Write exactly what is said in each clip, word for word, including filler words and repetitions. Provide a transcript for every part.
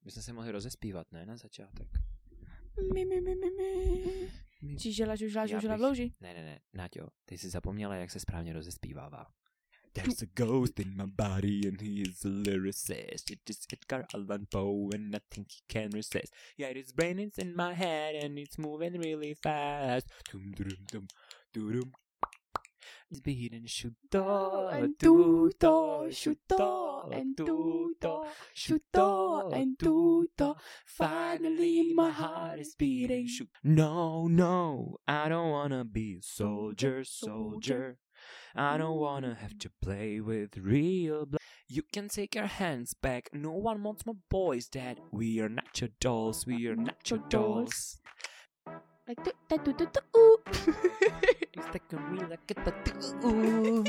My jsme se mohli rozespívat, ne, na začátek. Mi, mi, mi, mi, mi. Žížela, žužela, žužela, vlouži. Ne, ne, ne, Náťo, ty jsi zapomněla, jak se správně rozespívává. There's a ghost in my body and he is a lyricist. It is Edgar Allan Poe and I think he can resist. Yeah, his brain is in my head and it's moving really fast. Dum dum dum dum. It's beating shuto and tuto, shuto and tuto, shuto and tuto. Finally my heart is beating. No, no, I don't wanna be a soldier, soldier. I don't wanna have to play with real blood. You can take your hands back. No one wants my boys dead. We are not your dolls. We are not your dolls. Like tu tu tu tu tu. It's like a real like a tattoo.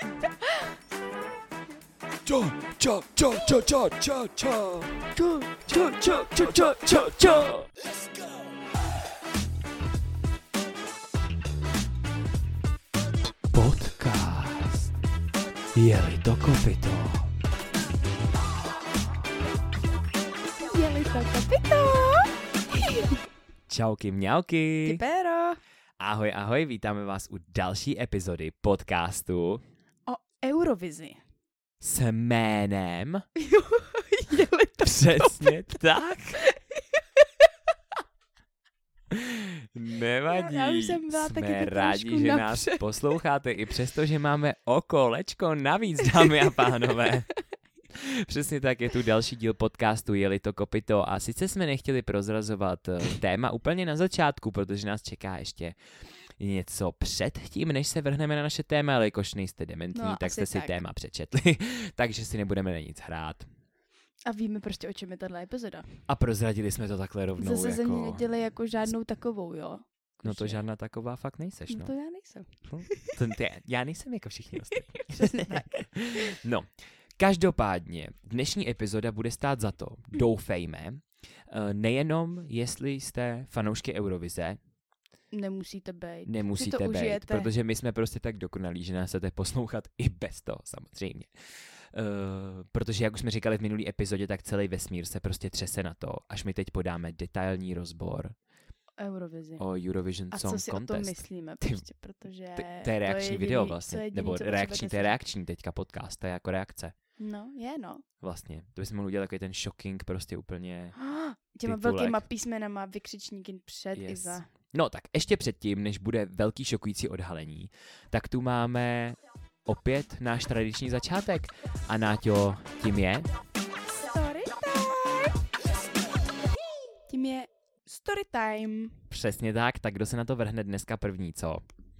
Cha cha cha cha cha cha cha cha cha cha cha cha cha. Let's go. Podcast Jeli to kopyto. Jeli to kopyto. Čauky mňauky. Typero. Ahoj, ahoj, vítáme vás u další epizody podcastu o Eurovizi. S jménem Jeli to přesně tak. Nevadí, já už jsem byla jsme taky rádi, že nás posloucháte, i přesto, že máme o kolečko navíc, dámy a pánové. Přesně tak, je tu další díl podcastu Jeli to kopyto a sice jsme nechtěli prozrazovat téma úplně na začátku, protože nás čeká ještě něco před tím, než se vrhneme na naše téma, ale jakož nejste dementní, no, tak jste si tak. téma přečetli, takže si nebudeme na nic hrát. A víme prostě, o čem je tato epizoda. A prozradili jsme to takhle rovnou. Zase jako... se neděli jako žádnou takovou, jo? No to žádná taková fakt nejseš, no. No to já nejsem. No, to, to já, já nejsem jako všichni ostatní. Přesně tak. No, každopádně, dnešní epizoda bude stát za to, doufejme, nejenom jestli jste fanoušky Eurovize, Nemusíte být. Nemusíte být, protože my jsme prostě tak dokonalí, že nás chcete poslouchat i bez toho, samozřejmě. Uh, protože jak už jsme říkali v minulý epizodě, tak celý vesmír se prostě třese na to, až my teď podáme detailní rozbor Eurovizi. o Eurovision Song Contest. A co si Contest. O tom myslíme, prostě, protože T- to je reakční to je jediný, video vlastně, jediný, nebo reakční, to je reakční teďka podcast, to je jako reakce. No, je no. Vlastně, to bychom mohli udělat takový ten shocking, prostě úplně těma velkýma písmenama, vykřičníky před yes. i za. No tak ještě předtím, než bude velký šokující odhalení, tak tu máme opět náš tradiční začátek. A Náťo, tím je? Story time! Tím je story time. Přesně tak, tak kdo se na to vrhne dneska první, co?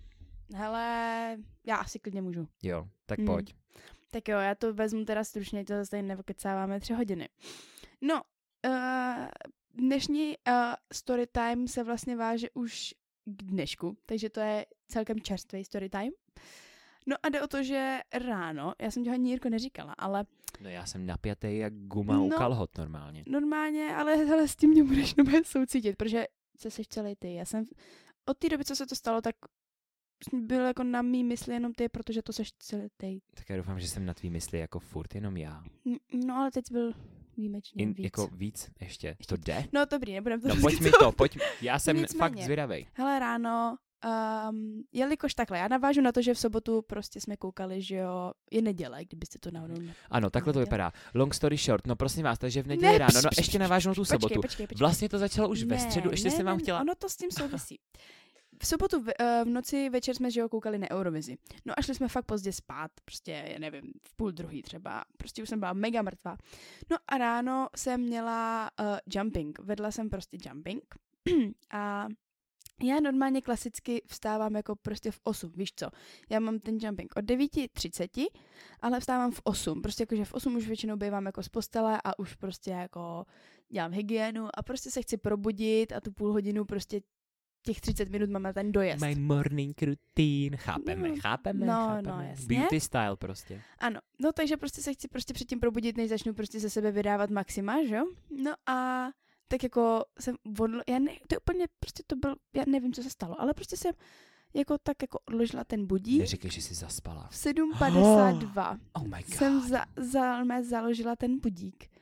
Hele, já asi klidně můžu. Jo, tak hmm. pojď. Tak jo, já to vezmu teda stručně, to zase tady nevokecáváme tři hodiny. No, uh, dnešní uh, story time se vlastně váže už k dnešku, takže to je celkem čerstvý story time. No a jde o to, že ráno, já jsem ti ho ani Jirko neříkala, ale... No já jsem napjatý jak guma no, u kalhot normálně. Normálně, ale hele, s tím mě budeš nové soucítit, protože co seš celý ty. Já jsem od té doby, co se to stalo, tak byl jako na mý mysli jenom ty, protože to seš celý ty. Tak já doufám, že jsem na tvý mysli jako furt jenom já. No ale teď byl výjimečně In, víc. Jako víc ještě, ještě. To jde? No dobrý, nebudem to No pojď mi to, pojď, já jsem Nicméně. fakt zvědavej. Hele, ráno, um, jelikož takhle, já navážu na to, že v sobotu prostě jsme koukali, že jo, je neděle, kdybyste to náhodou ne... Ano, takhle to vypadá. Long story short, no prosím vás, takže v neděli ne, ráno, no ještě navážu na tu sobotu. Počkej, počkej, počkej. Vlastně to začalo už ne, ve středu, ještě ne, jsem vám ne, chtěla... Ono to s tím souvisí. V sobotu v, v noci večer jsme, že jo, koukali na Eurovizi. No a šli jsme fakt pozdě spát, prostě, já nevím, v půl druhý třeba. Prostě už jsem byla mega mrtvá. No a ráno jsem měla uh, jumping. Vedla jsem prostě jumping. A já normálně klasicky vstávám jako prostě v osm, víš co. Já mám ten jumping od devět třicet, ale vstávám v osm. Prostě jakože v osm už většinou bývám jako z postele a už prostě jako dělám hygienu a prostě se chci probudit a tu půl hodinu prostě těch třicet minut máme ten dojezd. My morning routine, chápeme, no, chápeme, no, chápeme. No, jasně. Beauty style prostě. Ano, no takže prostě se chci prostě předtím probudit, než začnu prostě ze sebe vydávat maxima, že jo? No a tak jako jsem odlo... já ne, to je úplně, prostě to byl, já nevím, co se stalo, ale prostě jsem jako tak jako odložila ten budík. Neříkej, že jsi zaspala. V sedm padesát dva oh my God. jsem za, za, založila ten budík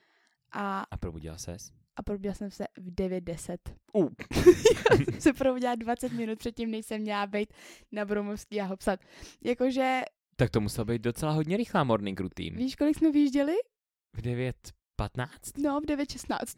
A, A probudila ses? a probudila jsem se v devět deset. Uh. Já jsem se probudila dvacet minut předtím, než jsem měla být na Bromovský a ho psat. Jakože... Tak to muselo být docela hodně rychlá morning routine. Víš, kolik jsme vyjížděli? V devět patnáct? No, v devět šestnáct.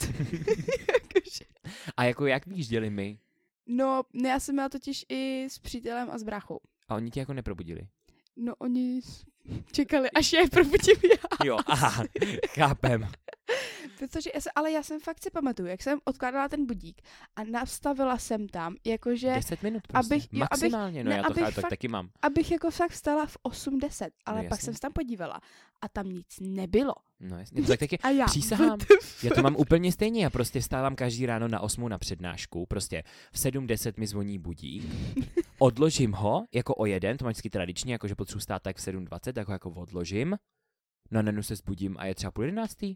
A jako jak vyjížděli my? No, já jsem měla totiž i s přítelem a s bráchou. A oni tě jako neprobudili? No, oni čekali, až já je probudím já. Jo, aha, chápem. Protože, já se, ale já jsem fakt si pamatuju, jak jsem odkládala ten budík a nastavila jsem tam, jakože... deset minut prostě, abych, jo, maximálně, abych, no ne, já to chápu, fakt, tak taky mám. Abych jako fakt vstala v osm deset, ale No pak jsem se tam podívala a tam nic nebylo. No jasně, tak taky a já, přísahám, já to mám úplně stejně, já prostě vstávám každý ráno na osmou na přednášku, prostě v sedm deset mi zvoní budík, odložím ho jako o jeden, to mám vždycky tradičně, jakože potřebuji stát tak v sedm dvacet, jako, jako odložím, no a nenu se zbudím a je třeba půl jedenáctý.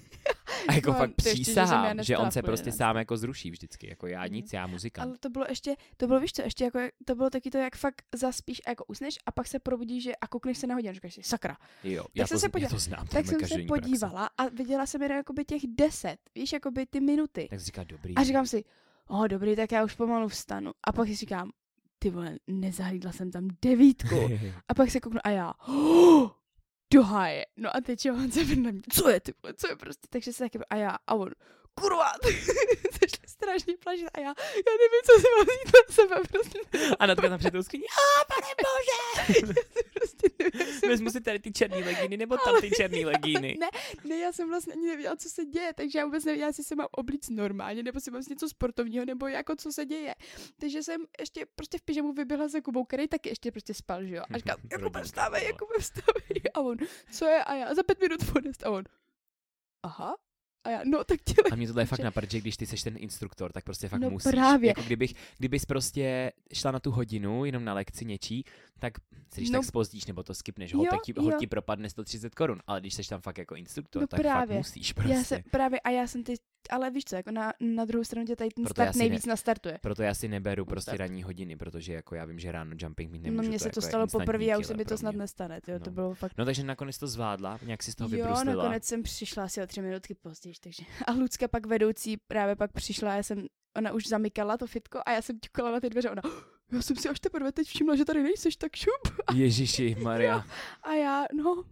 A jako no, fakt přísahám, že, že on se půl prostě jedenáct. sám jako zruší vždycky, jako já nic, já muzikant. Ale to bylo ještě, to bylo víš co, ještě jako, to bylo taky to, jak fakt zaspíš a jako usneš a pak se probudíš že a koukneš se na hodinu, říkáš si, sakra. Jo, tak já, jsem to, se já podívala, to znám, tak jsem se podívala praxe. A viděla jsem jen jakoby těch deset, víš, jakoby ty minuty. Tak si říká, dobrý. A říkám si, oh, dobrý, tak já už pomalu vstanu. A pak si říkám, ty vole, nezahlídla jsem tam devítku. A pak se kouknu a já, oh, do háje. No a teď on se na mě, co je ty vole, co je prostě. Takže se taky, a já, a on, kurva, začali strašně plašit a já, já nevím, co si mám vzít na sebe prostě. A Natka tam před tou skříní, a pane bože! prostě nevím, vezmu si tady ty černý legíny, nebo tam ty černý legíny. Ne, ne, já jsem vlastně ani nevěděla, co se děje, takže já vůbec nevěděla, jestli se mám oblíct normálně, nebo si mám něco sportovního, nebo jako co se děje. Takže jsem ještě prostě v pyžamu vyběhla za Kubou, který taky ještě prostě spal, že jo. A říkám, Jakube vstávej, Jakube vstávej. A on, co je? A já, za pět minut podest. A on, aha. A já, no tak dělej. A mě tohle je fakt napadá, že když ty seš ten instruktor, tak prostě fakt no musíš. Právě. Jako kdybych, kdybys prostě šla na tu hodinu, jenom na lekci něčí, tak když no, tak spozdíš, nebo to skipneš, ho, tak ti, ho ti propadne sto třicet korun. Ale když seš tam fakt jako instruktor, no tak právě. fakt musíš prostě. Já se, právě, a já jsem ty, ale víš co, jako na, na druhou stranu tě tady ten proto start nejvíc ne, nastartuje. Proto já si neberu prostě ranní hodiny, protože jako já vím, že ráno jumping mít nemůžu. No mně se to, to stalo jako poprvé a už se mi to snad nestane, tyjo, no. to bylo fakt. No takže nakonec to zvládla, nějak si z toho jo, vybruslila. Jo, nakonec jsem přišla asi o tři minutky později, takže. A Lucka pak vedoucí právě pak přišla, já jsem, ona už zamykala to fitko a já jsem ťukala na ty dveře, ona, já jsem si až teprve teď všimla, že tady nejseš, tak šup. Ježiši Maria. A já, no.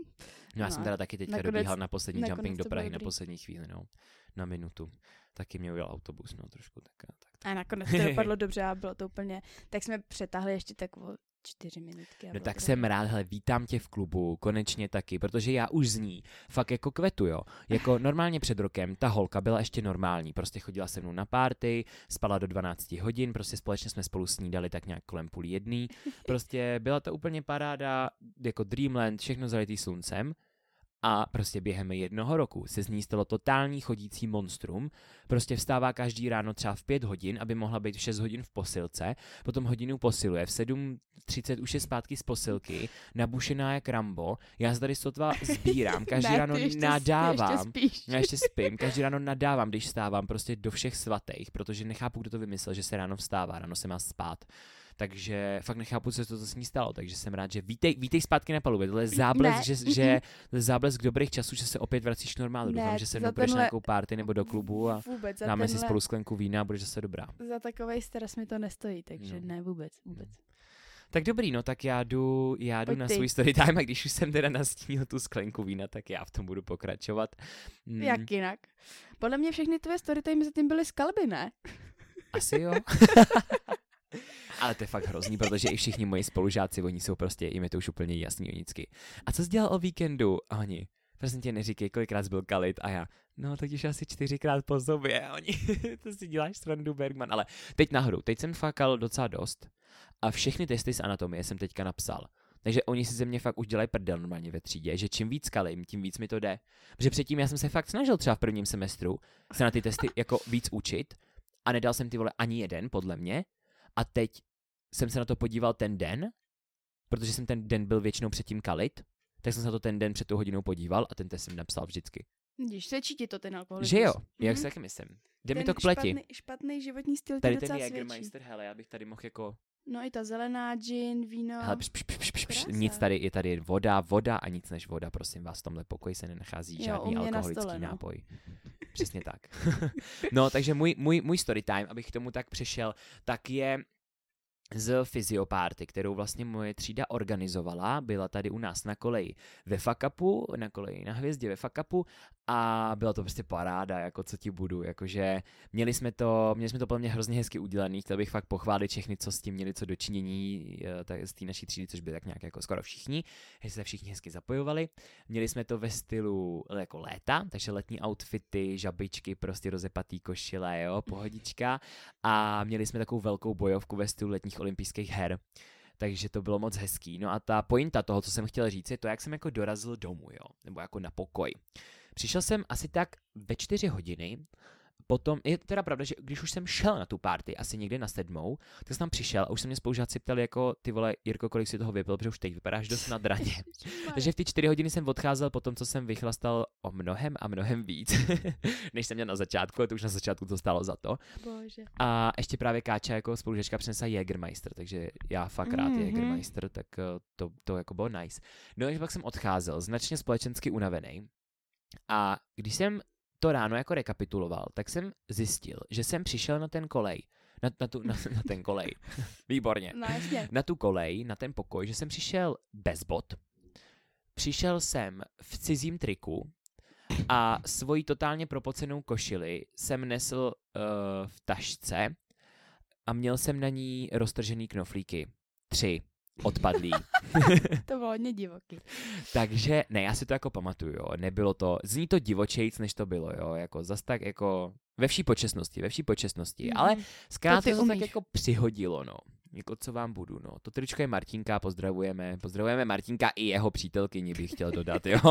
No já jsem teda taky teďka nakonec, dobíhal na poslední jumping do Prahy na dobrý. poslední chvíli, no. Na minutu. Taky mě ujel autobus, no trošku tak. tak, tak. A nakonec to dopadlo dobře a bylo to úplně, tak jsme přetáhli ještě tak o čtyři minutky. No tak jsem rád, hele, vítám tě v klubu, konečně taky, protože já už z ní fakt jako kvetu, jo. Jako normálně před rokem ta holka byla ještě normální, prostě chodila se mnou na party, spala do dvanácti hodin, prostě společně jsme spolu snídali tak nějak kolem půl jedný, prostě byla to úplně paráda, jako Dreamland, všechno zalitý sluncem. A prostě během jednoho roku se z ní stalo totální chodící monstrum. Prostě vstává každý ráno třeba v pět hodin, aby mohla být v šest hodin v posilce, potom hodinu posiluje, v sedm třicet už je zpátky z posilky, nabušená jak Rambo. Já se tady sotva sbírám, každý ne, ráno ještě, nadávám. Ty ještě já ještě spím, každý ráno nadávám, když vstávám prostě do všech svatých, protože nechápu, kdo to vymyslel, že se ráno vstává, ráno se má spát. Takže fakt nechápu, co to s ní stalo, takže jsem rád, že vítej, vítej zpátky na palubě, tohle je záblesk, že, že tohle je záblesk dobrých časů, že se opět vracíš k normálu, ne, doufám, že se mnou půjdeš na nějakou party nebo do klubu a vůbec, dáme tenhle, si spolu sklenku vína a budeš zase dobrá. Za takovej stres mi to nestojí, takže no. ne, vůbec, vůbec. Tak dobrý, no tak já jdu, já jdu na svůj story time a když už jsem teda nastínil tu sklenku vína, tak já v tom budu pokračovat. Hmm. Jak jinak? Podle mě všechny tvoje story time zatím byly z kalby, ne? Asi jo. Ale to je fakt hrozný, protože i všichni moji spolužáci, oni jsou prostě, jim je to už úplně jasný onicky. A co jsi dělal o víkendu? A oni, prosím tě neříkej, kolikrát jsi byl kalit a já, no tak už asi čtyřikrát po sobě a oni, to si děláš srandu Bergman, ale teď nahoru, teď jsem fakal docela dost a všechny testy z anatomie jsem teďka napsal. Takže oni si ze mě fakt už dělají prdel normálně ve třídě, že čím víc kalím, tím víc mi to jde. Protože předtím já jsem se fakt snažil třeba v prvním semestru se na ty testy jako víc učit a nedal jsem ty vole ani jeden, podle mě. A teď jsem se na to podíval ten den, protože jsem ten den byl většinou předtím kalit, tak jsem se na to ten den před tou hodinou podíval a ten test jsem napsal vždycky. Když svědčí ti to ten alkoholismus. Že jo, mm-hmm. jak si taky myslím. Jde ten mi to k pleti. Špatný, špatný životní styl tady docela ten Jägermeister, hele, já bych tady mohl jako No i ta zelená, gin, víno. Hele, pš, pš, pš, pš, pš, Krása. nic tady, je tady voda, voda a nic než voda, prosím vás, v tomhle pokoji se nenachází Jo, žádný u mě na alkoholický stole, no. nápoj. Přesně tak. No, takže můj, můj, můj story time, abych k tomu tak přešel, tak je z fyziopárty, kterou vlastně moje třída organizovala, byla tady u nás na koleji ve Fakapu, na koleji na Hvězdě ve Fakapu a byla to prostě paráda, jako co ti budu, jakože měli jsme to, měli jsme to podle mě hrozně hezky udělaný, chtěl bych fakt pochválit všechny, co s tím měli co dočinění z té naší třídy, což byly tak nějak jako skoro všichni, že se všichni hezky zapojovali. Měli jsme to ve stylu jako léta, takže letní outfity, žabičky, prostě rozepatý košile, jo, pohodička a měli jsme takovou velkou bojovku ve stylu letních olympijských her. Takže to bylo moc hezký. No a ta pointa toho, co jsem chtěl říct, je to, jak jsem jako dorazil domů, jo, nebo jako na pokoj. Přišel jsem asi tak ve čtyři hodiny, potom, je teda pravda, že když už jsem šel na tu party, asi někdy na sedmou, tak jsem tam přišel a už se mě spolužáci ptali jako, ty vole, Jirko, kolik si toho vypil, protože už teď vypadáš dost na draně. Takže v ty čtyři hodiny jsem odcházel po tom, co jsem vychlastal o mnohem a mnohem víc, než jsem měl na začátku, a to už na začátku to stálo za to. Bože. A ještě právě Káča jako spolužačka přinesla Jägermeister, takže já fakt rád Mhm. Jägermeister, tak to, to jako bylo nice. No takže pak jsem odcházel, značně společensky unavený. A když jsem to ráno jako rekapituloval, tak jsem zjistil, že jsem přišel na ten kolej, na, na, tu, na, na ten kolej, výborně, No jasně. na tu kolej, na ten pokoj, že jsem přišel bez bot, přišel jsem v cizím triku a svoji totálně propocenou košili jsem nesl uh, v tašce a měl jsem na ní roztržený knoflíky. Tři. Odpadlý. To bylo hodně divoký. Takže, ne, já si to jako pamatuju, jo, nebylo to, zní to divočejc, než to bylo, jo, jako zas tak jako, ve vší počestnosti, ve vší počestnosti, mm-hmm. ale zkrátka To ty to, to tak umíš. jako přihodilo, no, jako co vám budu, no, to tričko je Martinka, pozdravujeme, pozdravujeme Martinka i jeho přítelkyni bych chtěl dodat, jo.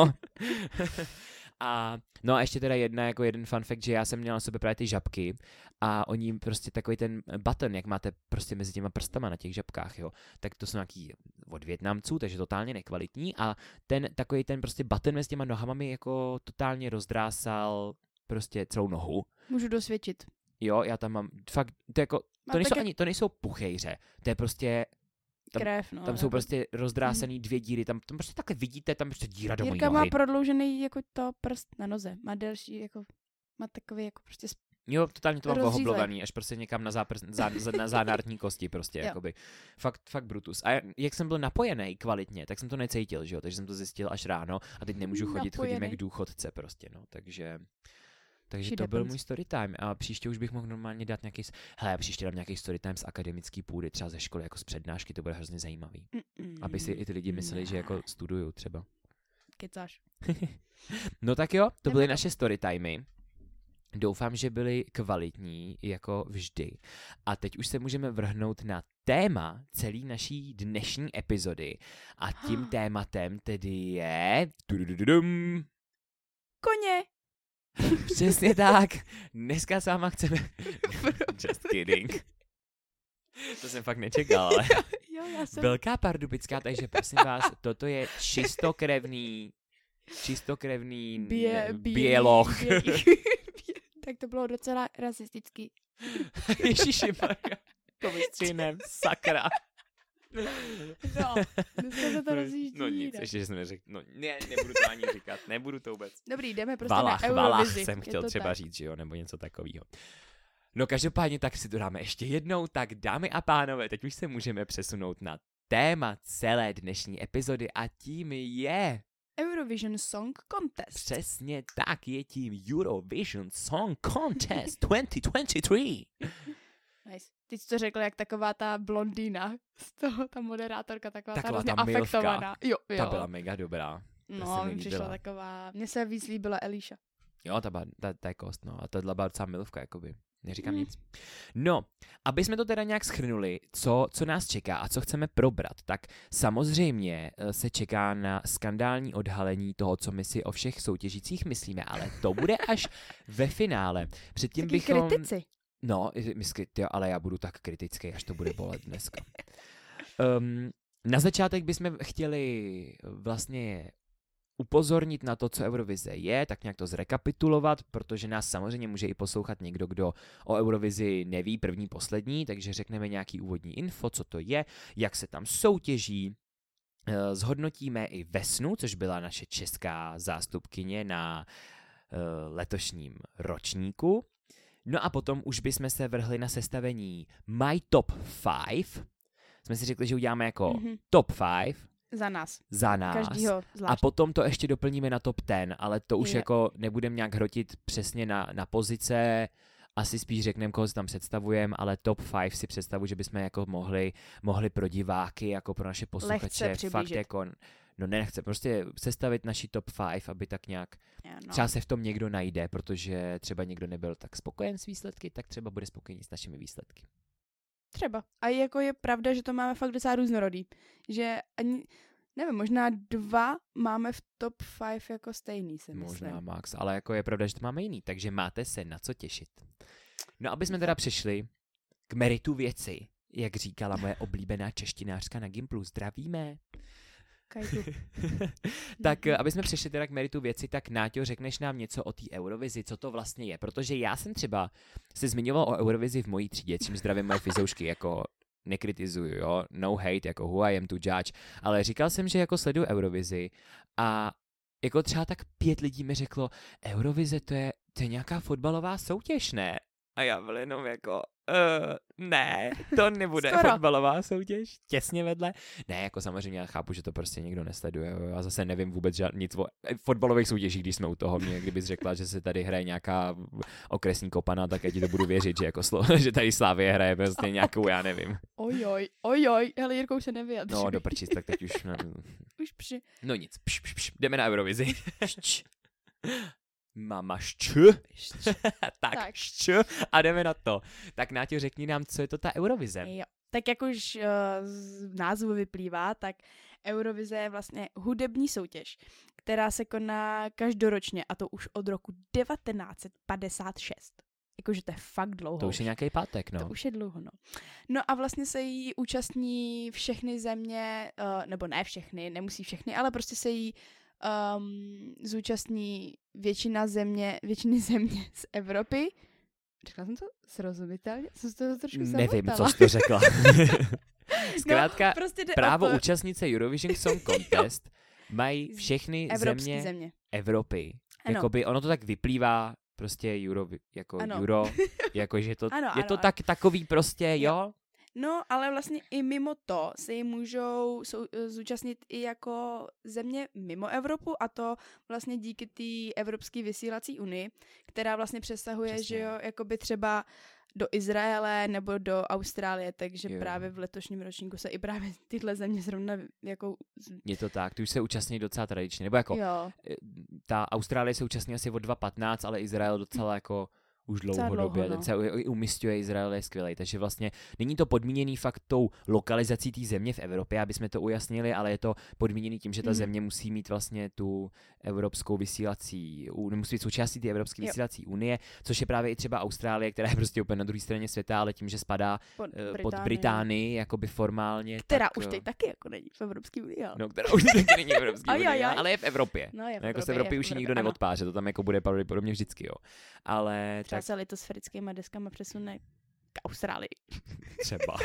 A no a ještě teda jedna, jako jeden fun fact, že já jsem měl na sobě právě ty žabky a oni prostě takový ten button, jak máte prostě mezi těma prstama na těch žabkách, jo, tak to jsou nějaký od Vietnamců, takže totálně nekvalitní a ten takový ten prostě button mezi těma nohama mi jako totálně rozdrásal prostě celou nohu. Můžu dosvědčit. Jo, já tam mám fakt, to jako, to Mám nejsou také- ani, to nejsou puchejře, to je prostě, tam- Krev, no. tam jsou nebo- prostě rozdrásený dvě díry, tam, tam prostě takhle vidíte, tam prostě díra do mojí Jirka má nohy. prodloužený jako to prst na noze. Má delší, jako, má takový jako prostě sp- Jo, totálně to mám Rozřízlej. ohoblovaný, až prostě někam na, záprs, zá, za- na zánártní kosti prostě, Jo. jakoby. Fakt, fakt brutus. A jak jsem byl napojený kvalitně, tak jsem to necítil, že jo, takže jsem to zjistil až ráno a teď nemůžu chodit, chodím Napojenej. jak důchodce prostě, no, takže... Takže Shit to byl happens. můj story time a příště už bych mohl normálně dát nějaký, s- hele, příště dám nějaký story time z akademický půdy, třeba ze školy, jako z přednášky, to bude hrozně zajímavý. Mm-mm. Aby si i ty lidi mysleli, že jako studuju třeba. Kecáš. No tak jo, to Jdeme byly na to. naše story timey. Doufám, že byly kvalitní, jako vždy. A teď už se můžeme vrhnout na téma celé naší dnešní epizody. A tím tématem tedy je... tudududum. Koně! Přesně tak. Dneska s váma chceme... Just kidding. To jsem fakt nečekal, ale... Jo, já jsem... Velká Pardubická, takže prosím vás, toto je čistokrevný... Čistokrevný... Bě, ne- bě, běloch. Bě, tak to bylo docela rasistický. Ježišimarja, to vystřihnem, sakra. No, dneska se to rozjíždí. No nic, ne? ještě že jsem neřekl, no ne, nebudu to ani říkat, nebudu to vůbec. Dobrý, jdeme prostě Valach, na Valach Eurovizi. jsem Je chtěl to třeba tak. říct, že jo, nebo něco takového. No každopádně tak si to dáme ještě jednou, tak dámy a pánové, teď už se můžeme přesunout na téma celé dnešní epizody a tím je... Eurovision Song Contest. Přesně tak, je tím Eurovision Song Contest dvacet dvacet tři. Nice. Ty jsi to řekl jak taková ta blondýna z toho, ta moderátorka, taková, Taková ta hrozně ta milfka. afektovaná. Jo, jo. Ta byla mega dobrá. Ta No, se mi mi přišla líbila. taková, mně se víc líbila Elíša. Jo, ta, byla- ta, ta je kost, no. A tohle byla docela milvka, jakoby. Neříkám Mm. nic. No, aby jsme to teda nějak schrnuli, co, co nás čeká a co chceme probrat, tak samozřejmě eh, se čeká na skandální odhalení toho, co my si o všech soutěžících myslíme, ale to bude až ve finále. Předtím Taky bychom... kritici. No, mysli, tyjo, ale já budu tak kritický, až to bude bolet dneska. Um, na začátek bychom chtěli vlastně upozornit na to, co Eurovize je, tak nějak to zrekapitulovat, protože nás samozřejmě může i poslouchat někdo, kdo o Eurovizi neví první, poslední, takže řekneme nějaký úvodní info, co to je, jak se tam soutěží, zhodnotíme i Vesnu, což byla naše česká zástupkyně na uh, letošním ročníku. No a potom už bychom se vrhli na sestavení My Top five. Jsme si řekli, že uděláme jako mm-hmm. Top five. Za nás. Za nás. Každýho zvlášť. A potom to ještě doplníme na Top ten, ale to už je. jako nebudeme nějak hrotit přesně na, na pozice, asi spíš řekneme, koho si tam představujeme, ale top five si představu, že bychom jako mohli, mohli pro diváky, jako pro naše posluchače, fakt jako, no nechce, prostě sestavit naši top five, aby tak nějak, no. třeba se v tom někdo najde, protože třeba někdo nebyl tak spokojen s výsledky, tak třeba bude spokojený s našimi výsledky. Třeba. A jako je pravda, že to máme fakt docela různorodý. Že ani, nevím, možná dva máme v top five jako stejný, si myslím. Možná max, ale jako je pravda, že to máme jiný, takže máte se na co těšit. No aby jsme teda přešli k meritu věci, jak říkala moje oblíbená češtinářka na Gimplu. Zdravíme. Tak aby jsme přešli teda k meritu věci, tak Náťo, řekneš nám něco o té Eurovizi, co to vlastně je, protože já jsem třeba se zmiňoval o Eurovizi v mojí třídě, čím zdravím moje fyzoušky, jako nekritizuju, jo, no hate, jako who I am to judge, ale říkal jsem, že jako sleduju Eurovizi a jako třeba tak pět lidí mi řeklo, Eurovize to je, to je nějaká fotbalová soutěž, ne? A já byl jenom jako, uh, ne, to nebude Skoro. Fotbalová soutěž, těsně vedle. Ne, jako samozřejmě já chápu, že to prostě nikdo nesleduje. Jo. Já zase nevím vůbec žád, nic o fotbalových soutěžích, když jsme u toho. Mě, kdybys řekla, že se tady hraje nějaká okresní kopana, tak já ti to budu věřit, že, jako slo- že tady Slavie hraje prostě nějakou, já nevím. Ojoj, ojoj, hele Jirkou se nevyjadřuj. No, do prčíc, tak teď už... Ne, už při... No nic, pš, pš, pš, jdeme na Eurovizi. Mama šč. tak, tak. šč. A jdeme na to. Tak Náťo, řekni nám, co je to ta Eurovize. Jo. Tak jak už uh, z názvu vyplývá, tak Eurovize je vlastně hudební soutěž, která se koná každoročně, a to už od roku devatenáct set padesát šest. Jakože to je fakt dlouho. To už je nějaký pátek, no. To už je dlouho, no. No a vlastně se jí účastní všechny země, uh, nebo ne všechny, nemusí všechny, ale prostě se jí um, zúčastní většina země, většiny země z Evropy. Řekla jsem to srozumitelně? Jsem to trošku samotala. Nevím, co jsi to řekla. Zkrátka, no, prostě právo to... účastnice Eurovision Song Contest mají všechny země, země Evropy. Ano. Jakoby ono to tak vyplývá prostě Euro, jako ano. Euro, jakože to, ano, je ano, to ano. tak takový prostě, jo? jo? No, ale vlastně i mimo to se jí můžou sou, zúčastnit i jako země mimo Evropu, a to vlastně díky té Evropské vysílací unii, která vlastně přesahuje, Přesně. že jo, jakoby třeba do Izraele nebo do Austrálie, takže jo. právě v letošním ročníku se i právě tyhle země zrovna jako... Je to tak, ty už se účastní docela tradičně, nebo jako jo. ta Austrálie se účastní asi od dva patnáct, ale Izrael docela jako... už dlouhodobě, dlouho, no. ten se umísťuje, Izrael je skvělý, takže vlastně není to podmíněný fakt tou lokalizací té země v Evropě, aby jsme to ujasnili, ale je to podmíněný tím, že ta mm. země musí mít vlastně tu evropskou vysílací, musí být součástí té evropské vysílací unie, což je právě i třeba Austrálie, která je prostě úplně na druhé straně světa, ale tím, že spadá pod, uh, Británii. pod Británii, jakoby formálně. Která tak, už teď taky jako není v Evropské unii. No, která už taky není v Evropské unii, ale je v Evropě. No, je v no, jako Evropě, z Evropy je už v nikdo neodpáře, to tam jako bude pravděpodobně vždycky, jo. Ale třeba tak... se litosférickýma deskama přesune k Austrálii. Třeba.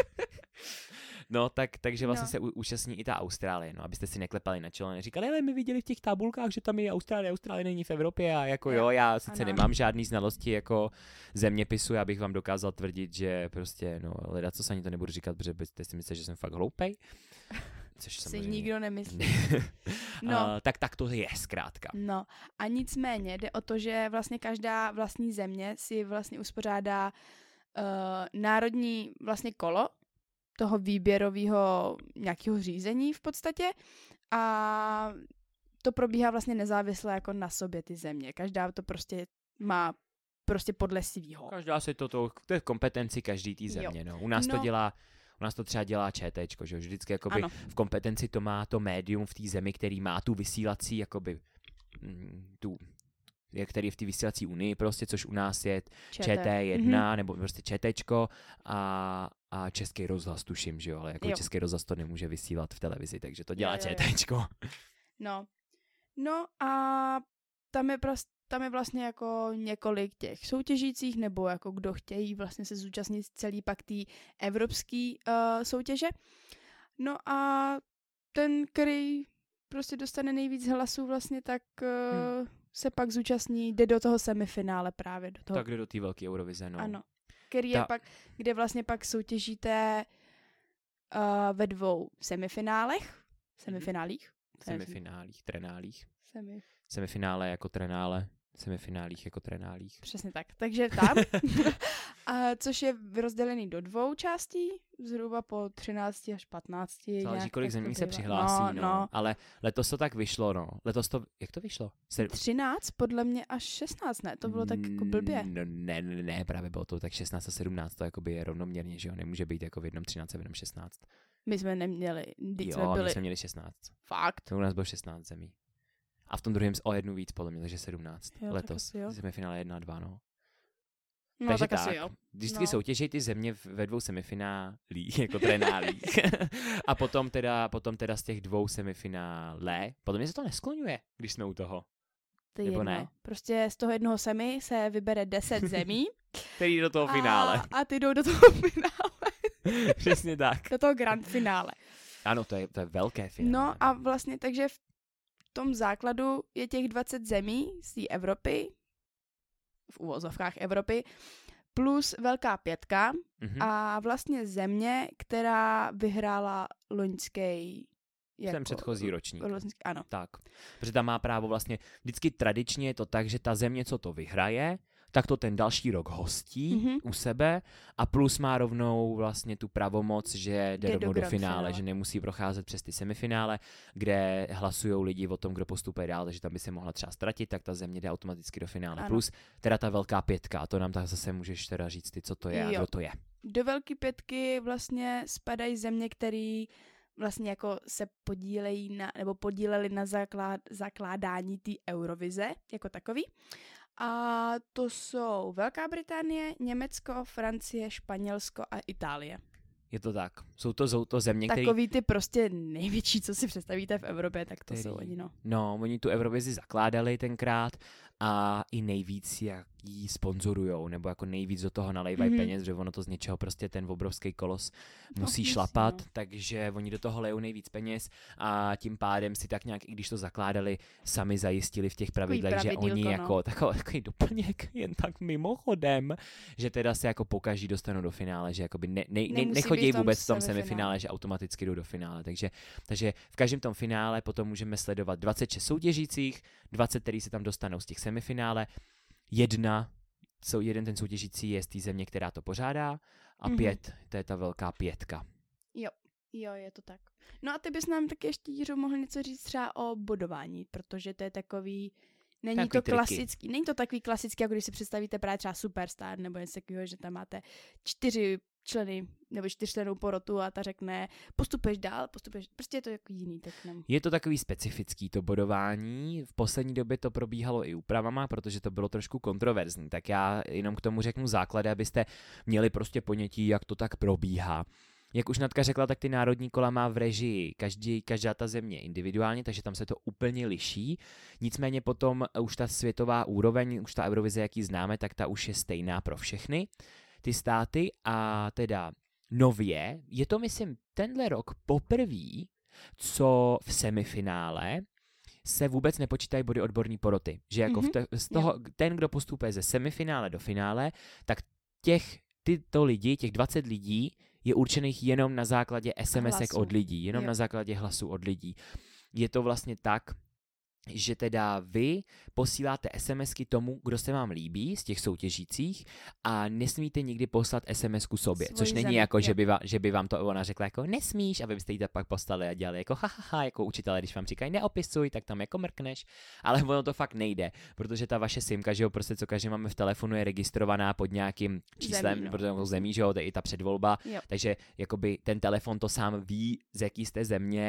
No, tak, takže vlastně no. se u, účastní i ta Austrálie, no, abyste si neklepali na čelo, neříkali, ale my viděli v těch tabulkách, že tam je Austrálie, Austrálie není v Evropě a jako jo, jo já sice ano. nemám žádný znalosti jako zeměpisu, já bych vám dokázal tvrdit, že prostě, no, leda, co se ani to nebudu říkat, protože byste si mysleli, že jsem fakt hloupej. Což si samozřejmě... nikdo nemyslí. no. uh, tak tak to je zkrátka. No a nicméně jde o to, že vlastně každá vlastní země si vlastně uspořádá uh, národní vlastně kolo toho výběrového nějakého řízení v podstatě, a to probíhá vlastně nezávisle jako na sobě ty země. Každá to prostě má prostě podle svýho. Každá si to, to, to je kompetenci každý té země. No. U nás no. to dělá U nás to třeba dělá ČTčko, že vždycky jakoby v kompetenci to má to médium v té zemi, který má tu vysílací, jakoby tu, který je v té vysílací unii prostě, což u nás je Č T jedna, mm-hmm. nebo prostě ČTčko a, a Český rozhlas, tuším, že jo, ale jako jo. Český rozhlas to nemůže vysílat v televizi, takže to dělá jo, jo, jo. ČTčko. No. No a tam je, pras, tam je vlastně jako několik těch soutěžících, nebo jako kdo chtějí vlastně se zúčastnit celý pak té evropské uh, soutěže. No a ten, který prostě dostane nejvíc hlasů vlastně, tak uh, hmm. se pak zúčastní, jde do toho semifinále právě. Do toho. Tak jde do té velké Eurovize, no. Ano. Který Ta... je pak, kde vlastně pak soutěžíte uh, ve dvou semifinálech. Semifinálích? Semifinálích, trenálích. Semi. Semifinále jako trenále, semifinálích jako trenálích. Přesně tak. Takže tam, a což je rozdělený do dvou částí, zhruba po třinácti až patnácti. Záleží, kolik zemí se přihlásí, no, no, no. no. Ale letos to tak vyšlo, no. Letos to, jak to vyšlo? Se... třináct, podle mě až šestnáct, ne? To bylo tak jako blbě. No, ne, ne, ne, právě bylo to tak šestnáct a sedmnáct, to jakoby je rovnoměrně, že jo? Nemůže být jako v jednom třináct a v jednom šestnáct. My jsme neměli, když jo, jsme byli. my jsme měli šestnáct. Fakt? To u nás bylo šestnáct zemí. A v tom druhém o jednu víc, podle mě, takže sedmnáct. Jo, letos. Semifinále jedna a dva, no. No, takže tak, tak, asi jo. Vždycky no. soutěží ty země ve dvou semifinálích, jako trenálích. A potom teda, potom teda z těch dvou semifinále, podle mě se to neskloňuje, když jsme u toho. To nebo jedno. ne? Prostě z toho jednoho semi se vybere deset zemí. Který do toho a, finále. A ty jdou do toho finále. Přesně tak. Do toho grand finále. Ano, to je, to je velké finále. No a vlastně takže v tom základu je těch dvacet zemí z té Evropy, v uvozovkách Evropy, plus velká pětka mm-hmm. a vlastně země, která vyhrála loňský jako, ten předchozí ročník. Loňský, ano. Tak, protože tam má právo vlastně, vždycky tradičně je to tak, že ta země, co to vyhraje, tak to ten další rok hostí mm-hmm. u sebe a plus má rovnou vlastně tu pravomoc, že jde rovnou do, do finále, finále, že nemusí procházet přes ty semifinále, kde hlasují lidi o tom, kdo postupuje dál, takže tam by se mohla třeba ztratit, tak ta země jde automaticky do finále. Ano. Plus teda ta velká pětka, a to nám tak zase můžeš teda říct ty, co to je jo. a kdo to je. Do velké pětky vlastně spadají země, které vlastně jako se podílejí na, nebo podíleli na zaklad, zakládání té Eurovize jako takový. A to jsou Velká Británie, Německo, Francie, Španělsko a Itálie. Je to tak. Jsou to, jsou to země, které... Takový ty prostě největší, co si představíte v Evropě, tak to který... jsou oni, no. No, oni tu Eurovizi zakládali tenkrát a i nejvíc, jak jí sponzorujou, nebo jako nejvíc do toho nalejvají mm-hmm. peněz, že ono to z něčeho prostě ten obrovský kolos musí no, šlapat, no. takže oni do toho lejou nejvíc peněz a tím pádem si tak nějak, i když to zakládali, sami zajistili v těch pravidlech, že oni no. jako takový, takový doplněk jen tak mimochodem, že teda se jako pokaží dostanou do finále, že jakoby ne, ne, ne, nechodí vůbec v tom semifinále, že automaticky jdou do finále, takže, takže v každém tom finále potom můžeme sledovat dvacet šest soutěžících, dvacet, který se tam dostanou z těch semifinále, jedna, jsou jeden ten soutěžící je z té země, která to pořádá a mm-hmm. pět, to je ta velká pětka. Jo, jo, je to tak. No a ty bys nám taky ještě, Jiřo, mohl něco říct třeba o bodování, protože to je takový, není takový to klasický, triky. Není to takový klasický, jako když si představíte právě třeba Superstar nebo něco takového, že tam máte čtyři členy nebo čtyřčlennou porotu a ta řekne postupuješ dál, postupuješ, prostě je to jako jiný. Tak nem. Je to takový specifický to bodování, v poslední době to probíhalo i úpravama, protože to bylo trošku kontroverzní, tak já jenom k tomu řeknu základy, abyste měli prostě ponětí, jak to tak probíhá. Jak už Natka řekla, tak ty národní kola má v režii každý, každá ta země individuálně, takže tam se to úplně liší. Nicméně potom už ta světová úroveň, už ta Eurovize, jaký známe, tak ta už je stejná pro všechny ty státy a teda nově, je to myslím tenhle rok poprvé, co v semifinále se vůbec nepočítají body odborní poroty. Že jako mm-hmm. v te, z toho, yeah. ten, kdo postupuje ze semifinále do finále, tak těch, tyto lidi, těch dvacet lidí je určených jenom na základě es em esek od lidí, jenom jo. na základě hlasů od lidí. Je to vlastně tak, že teda vy posíláte SMSky tomu, kdo se vám líbí z těch soutěžících a nesmíte nikdy poslat SMSku sobě, Svojí což není zemi, jako, že by, vám, že by vám to ona řekla jako nesmíš a vy byste jí tak pak poslali a dělali jako hahaha, jako učitelé, když vám říkají neopisuj, tak tam jako mrkneš, ale ono to fakt nejde, protože ta vaše simka, že jo, prostě co každý máme v telefonu je registrovaná pod nějakým číslem, zemí, no. protože zemí, že jo, to je i ta předvolba, jo. takže jakoby ten telefon to sám ví, z jaký jste země,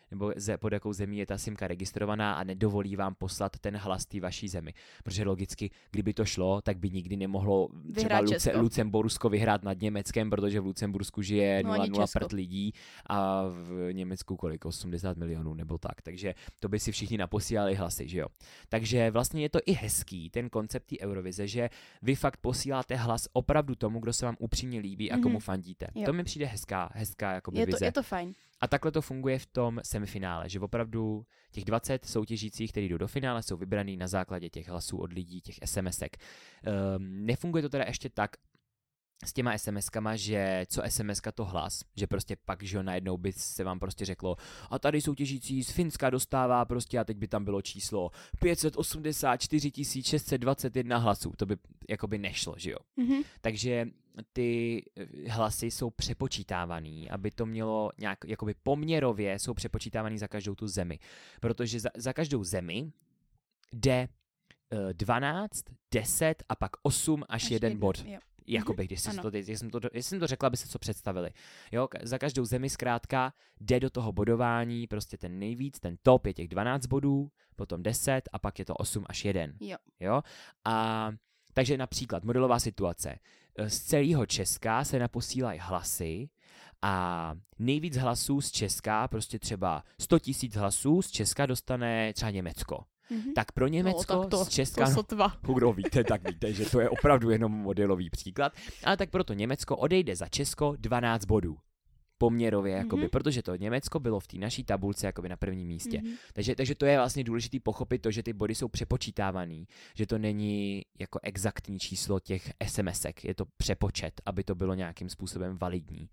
nebo ze, pod jakou zemí je ta simka registrovaná a nedovolí vám poslat ten hlas té vaší zemi. Protože logicky, kdyby to šlo, tak by nikdy nemohlo třeba Luce, Lucembursko vyhrát nad Německem, protože v Lucembursku žije nula celá nula prd lidí a v Německu kolik? osmdesát milionů nebo tak. Takže to by si všichni naposílali hlasy, že jo. Takže vlastně je to i hezký, ten koncept té Eurovize, že vy fakt posíláte hlas opravdu tomu, kdo se vám upřímně líbí a komu mm-hmm. fandíte. Jo. To mi přijde hezká, hezká jakoby je to, vize. Je to fajn. A takhle to funguje v tom semifinále, že opravdu těch dvacet soutěžících, kteří jdou do finále, jsou vybraný na základě těch hlasů od lidí, těch SMSek. Um, nefunguje to teda ještě tak s těma SMSkama, že co SMSka to hlas, že prostě pak, že najednou by se vám prostě řeklo a tady soutěžící z Finska dostává prostě a teď by tam bylo číslo pět set osmdesát čtyři tisíc šest set dvacet jedna hlasů, to by jakoby nešlo, že jo. Mm-hmm. Takže ty hlasy jsou přepočítávaný, aby to mělo nějak, jakoby poměrově jsou přepočítávaný za každou tu zemi, protože za, za každou zemi jde uh, dvanáct, deset a pak osm až, až jeden bod. Jo. Jakoby, když jsem to, když jsem to, když jsem to řekla, aby se co představili. Jo, za každou zemi zkrátka jde do toho bodování prostě ten nejvíc, ten top je těch dvanáct bodů, potom deset a pak je to osm až jeden. Jo. Jo? A takže například modelová situace. Z celého Česka se naposílají hlasy a nejvíc hlasů z Česka, prostě třeba sto tisíc hlasů z Česka dostane třeba Německo. Mm-hmm. Tak pro Německo no, tak to, z Česka, to no, kdo víte, tak víte, že to je opravdu jenom modelový příklad, ale tak proto Německo odejde za Česko dvanáct bodů. Poměrově, jakoby, mm-hmm. protože to Německo bylo v té naší tabulce jakoby na prvním místě. Mm-hmm. Takže, takže to je vlastně důležité pochopit to, že ty body jsou přepočítávaný, že to není jako exaktní číslo těch SMSek, je to přepočet, aby to bylo nějakým způsobem validní.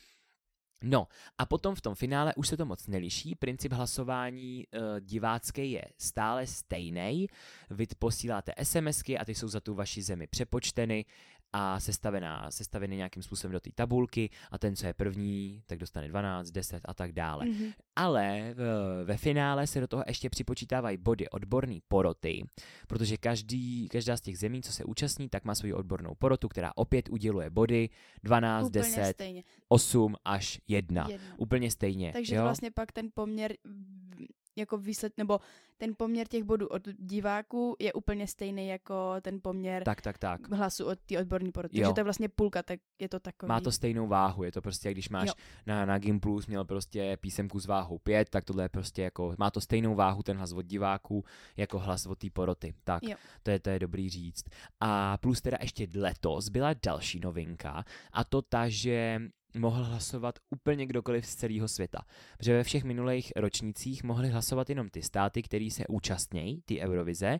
No a potom v tom finále už se to moc neliší, princip hlasování e, divácké je stále stejný, vy posíláte SMSky a ty jsou za tu vaši zemi přepočteny a sestavená, sestaveny nějakým způsobem do té tabulky a ten, co je první, tak dostane dvanáct, deset a tak dále. Mm-hmm. Ale v, ve finále se do toho ještě připočítávají body odborné poroty, protože každý, každá z těch zemí, co se účastní, tak má svoji odbornou porotu, která opět uděluje body dvanáct, úplně deset, stejně. osm až jedna. jedna. Úplně stejně. Takže jo? vlastně pak ten poměr jako výsled, nebo ten poměr těch bodů od diváků je úplně stejný jako ten poměr tak, tak, tak. hlasu od té odborné poroty. Takže to je vlastně půlka, tak je to takový. Má to stejnou váhu, je to prostě, když máš na, na Gimplus měl prostě písemku s váhou pět, tak tohle je prostě jako, má to stejnou váhu ten hlas od diváků jako hlas od té poroty. Tak, to je, to je dobrý říct. A plus teda ještě letos byla další novinka a to ta, že mohl hlasovat úplně kdokoliv z celého světa. Protože ve všech minulých ročnících mohli hlasovat jenom ty státy, který se účastnějí, ty Eurovize,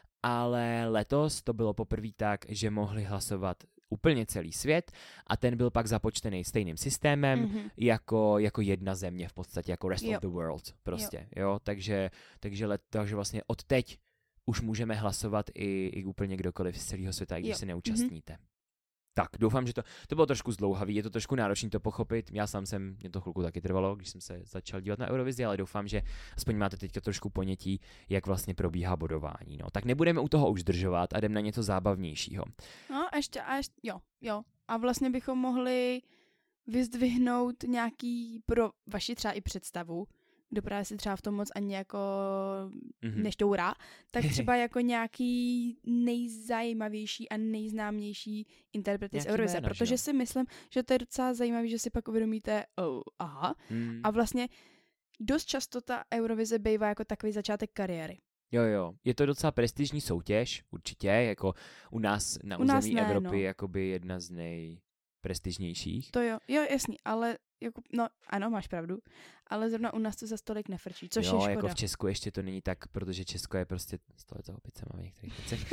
ale letos to bylo poprvé tak, že mohli hlasovat úplně celý svět a ten byl pak započtený stejným systémem mm-hmm. jako, jako jedna země v podstatě, jako rest jo. of the world prostě, jo, jo? Takže, takže, let, takže vlastně od teď už můžeme hlasovat i, i úplně kdokoliv z celého světa, i když jo. se neúčastníte. Mm-hmm. Tak, doufám, že to, to bylo trošku zdlouhavý, je to trošku náročné to pochopit, já sám jsem, mě to chvilku taky trvalo, když jsem se začal dívat na Eurovizi, ale doufám, že aspoň máte teďka trošku ponětí, jak vlastně probíhá bodování, no. Tak nebudeme u toho už zdržovat a jdem na něco zábavnějšího. No, ještě, a ještě, jo, jo. A vlastně bychom mohli vyzdvihnout nějaký pro vaši třeba i představu, kdo právě si třeba v tom moc ani jako mm-hmm. neštourá, tak třeba jako nějaký nejzajímavější a nejznámější interprety z Eurovize, protože jo? si myslím, že to je docela zajímavý, že si pak uvědomíte, oh, aha, mm. a vlastně dost často ta Eurovize bývá jako takový začátek kariéry. Jo, jo, je to docela prestižní soutěž, určitě, jako u nás na u území nás ne, Evropy, no. jakoby jedna z nejprestižnějších. To jo, jo, jasný, ale jako, no ano, máš pravdu, ale zrovna u nás to za stolik nefrčí, což jo, je škoda. Jo, jako v Česku ještě to není tak, protože Česko je prostě stoletého opicema v některých věcech.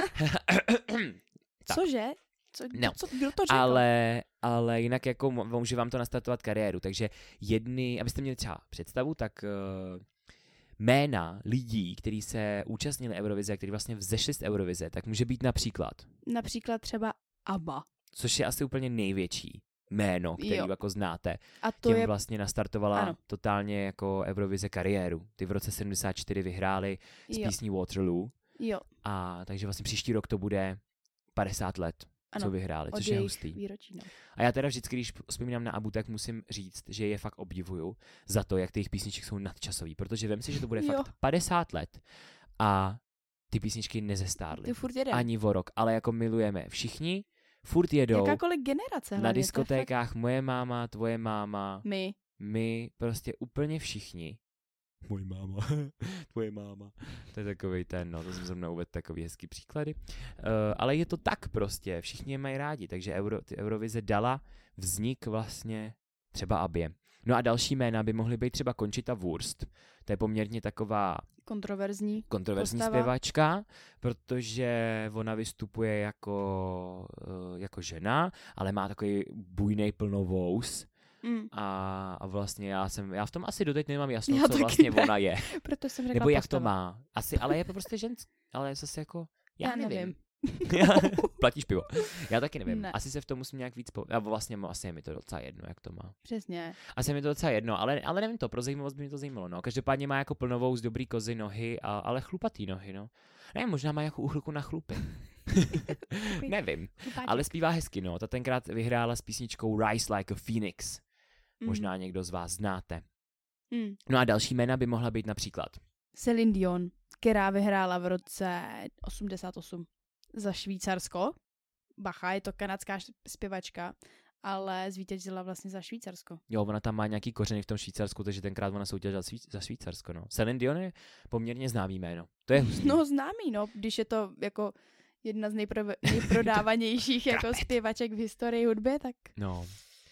Cože? Co, no. co, kdo to řekl? Ale, ale jinak jako může vám to nastartovat kariéru, takže jedny, abyste měli třeba představu, tak uh, jména lidí, kteří se účastnili Eurovize, kteří vlastně vzešli z Eurovize, tak může být například. Například třeba ABBA. Což je asi úplně největší jméno, který jo. jako znáte. A to Těm je... vlastně nastartovala ano. totálně jako Eurovize kariéru. Ty v roce sedmdesát čtyři vyhráli s jo. písní Waterloo. Jo. A takže vlastně příští rok to bude padesát let ano, co vyhráli, od což je jejich hustý. výročí, no. A já teda vždycky, když vzpomínám na ABBU, tak musím říct, že je fakt obdivuju za to, jak ty jejich písničky jsou nadčasový, protože vem si, že to bude Jo. fakt padesát let a ty písničky nezestárly. Ty furt jedem. Ani o rok, ale jako milujeme všichni, furt jedou Jakákoliv generace hlavně. na to je diskotékách moje máma, tvoje máma, fakt My. my, prostě úplně všichni. Moje máma, tvoje máma. To je takovej ten, no, to jsem zrovna uvedl takový hezký příklady. Uh, ale je to tak prostě, všichni je mají rádi, takže Euro, ty Eurovize dala vznik vlastně třeba Abě. No a další jména by mohly být třeba Conchita Wurst, to je poměrně taková Kontroverzní. kontroverzní postava. zpěvačka, protože ona vystupuje jako, uh, jako žena, ale má takový bujnej plnovous. Mm. A, a vlastně já jsem, já v tom asi doteď nemám jasno, Já co taky vlastně ne. ona je. Proto jsem řekla Nebo jak postava. to má. Asi, ale je to prostě ženský. Ale zase jako, já, Já nevím. nevím. Platíš pivo. Já taky nevím. Ne. Asi se v tom musím nějak víc po... A vlastně asi je mi to docela jedno, jak to má. Přesně. Asi je mi to docela jedno, ale, ale nevím to, pro zajímavost by mě to zajímalo. No. Každopádně má jako plnovou z dobrý kozy nohy, a, ale chlupatý nohy, no. Ne, možná má jako úchylku na chlupy. Nevím. Chlupáček. Ale zpívá hezky, no. Ta tenkrát vyhrála s písničkou Rise Like a Phoenix. Mm. Možná někdo z vás znáte. Mm. No a další jména by mohla být například Celine Dion, která vyhrála v roce osmdesát osm za Švýcarsko. Bacha, je to kanadská š- zpěvačka, ale zvítězila vlastně za Švýcarsko. Jo, ona tam má nějaký kořeny v tom Švýcarsku, takže tenkrát ona soutěžila za, Švý- za Švýcarsko, no. Celine Dion je poměrně známý jméno. To je hustý. No známý, no, když je to jako jedna z nejpro- nejprodávanějších jako zpěvaček v historii hudby, tak No.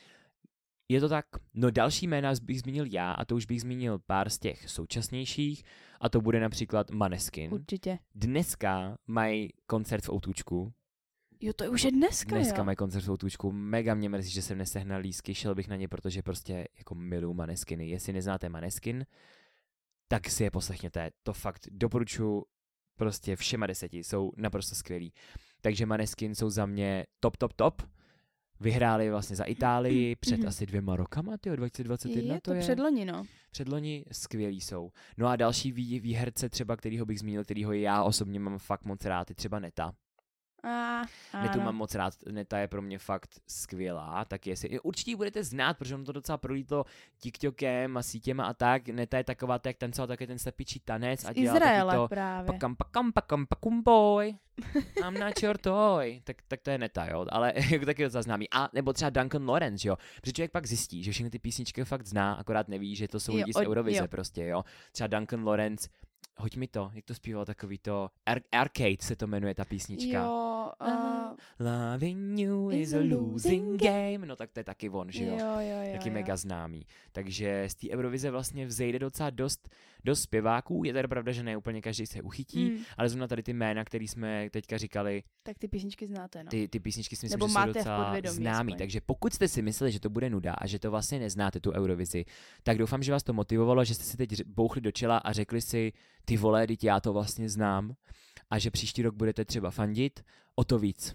Je to tak. No další jména bych zmínil já, a to už bych zmínil pár z těch současnějších, a to bude například Maneskin. určitě. Dneska mají koncert v Outučku. Jo, to je už je dneska, Dneska jo. mají koncert v Outučku. Mega mě mrzí, že jsem nesehnal lístky, šel bych na ně, protože prostě jako miluju Maneskiny. Jestli neznáte Maneskin, tak si je poslechněte. To fakt doporučuji prostě všema deseti. Jsou naprosto skvělí. Takže Maneskin jsou za mě top, top, top. Vyhráli vlastně za Itálii před Mhm. asi dvěma rokama, tyjo, dvacet dvacet jedna Je to to je. předloni, no. Předloni skvělí jsou. No a další vý, výherce třeba, kterýho bych zmínil, kterýho já osobně mám fakt moc rád, je třeba Neta. A, Netu ano. mám moc rád, Neta je pro mě fakt skvělá, tak jestli, určitě ji budete znát, protože on to docela prolítlo TikTokem a sítěma a tak. Neta je taková, tak tancoval taky ten slepičí tanec a Z dělal Izraele taky to právě. pakam, pakam, pakam, pakum boy, I'm not your toy. Tak, tak to je Neta, jo, ale jako taky docela známý. A nebo třeba Duncan Lawrence, jo, protože člověk pak zjistí, že všechny ty písničky fakt zná, akorát neví, že to jsou Jo, lidi z od- Eurovize jo. prostě, jo. Třeba Duncan Lawrence, hoď mi to, jak to zpíval takový to, Ar- Arcade se to jmenuje ta písnička. Jo, uh, Loving you is a losing game. No tak to je taky on, že jo? jo, jo, jo, Taky jo. mega známý. Takže z té Eurovize vlastně vzejde docela dost, dost zpěváků. Je teda pravda, že ne úplně každý se uchytí, Mm, ale zrovna tady ty jména, které jsme teďka říkali, tak ty písničky znáte, no. ty, ty písničky si myslím, Nebo že jsou máte v docela podvědomí známý. aspoň. Takže pokud jste si mysleli, že to bude nuda a že to vlastně neznáte, tu Eurovizi, tak doufám, že vás to motivovalo, že jste si teď ř- bouchli do čela a řekli si, ty vole, teď já to vlastně znám, a že příští rok budete třeba fandit o to víc.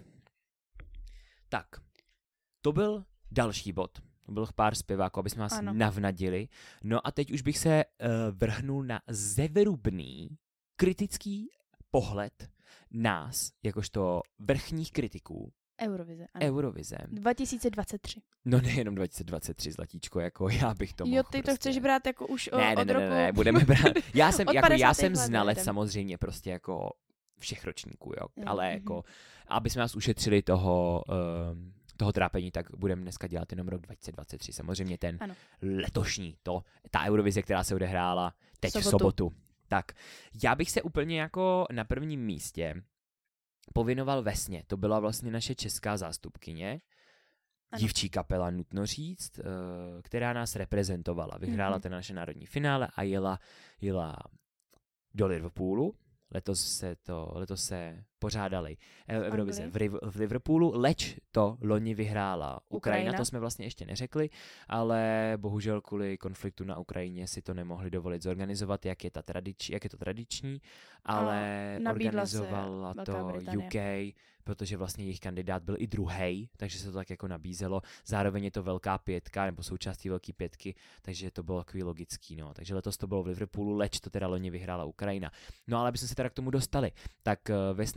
Tak, to byl další bod. To byl pár zpěváků, aby jsme vás Ano. navnadili. No a teď už bych se uh, vrhnul na zevrubný kritický pohled nás, jakožto vrchních kritiků Eurovize, ano. Eurovize. dva tisíce dvacet tři. No nejenom dva tisíce dvacet tři, zlatíčko, jako já bych to mohl Jo, ty to prostě. chceš brát jako už o, Ne, ne, od ne, roku... ne, ne, budeme brát. Já jsem, Od jako, já padesátých jsem let znalec jedem. samozřejmě prostě jako všech ročníků, jo. Jo, Ale mhm. jako, aby jsme nás ušetřili toho, um, toho trápení, tak budeme dneska dělat jenom rok dva tisíce dvacet tři. Samozřejmě ten Ano. letošní, to, ta Eurovize, která se odehrála teď Sobotu. v sobotu. Tak, já bych se úplně jako na prvním místě pověnoval Vesně. To byla vlastně naše česká zástupkyně. Ano. Dívčí kapela, nutno říct, eh, která nás reprezentovala. Vyhrála Mhm. ten naše národní finále a jela, jela do Liverpoolu. Letos se to, letos se pořádali eh, Eurovize v, Riv- v Liverpoolu, leč to loni vyhrála Ukrajina. Ukrajina. To jsme vlastně ještě neřekli, ale bohužel kvůli konfliktu na Ukrajině si to nemohli dovolit zorganizovat, jak je, ta tradič, jak je to tradiční, ale nabídla se organizovala Velká to Británie. U K, protože vlastně jejich kandidát byl i druhý, takže se to tak jako nabízelo. Zároveň je to velká pětka, nebo součástí velké pětky, takže to bylo takový logický. No. Takže letos to bylo v Liverpoolu, leč to teda loni vyhrála Ukrajina. No ale aby jsme se teda k tomu dostali, tak uh, Vesna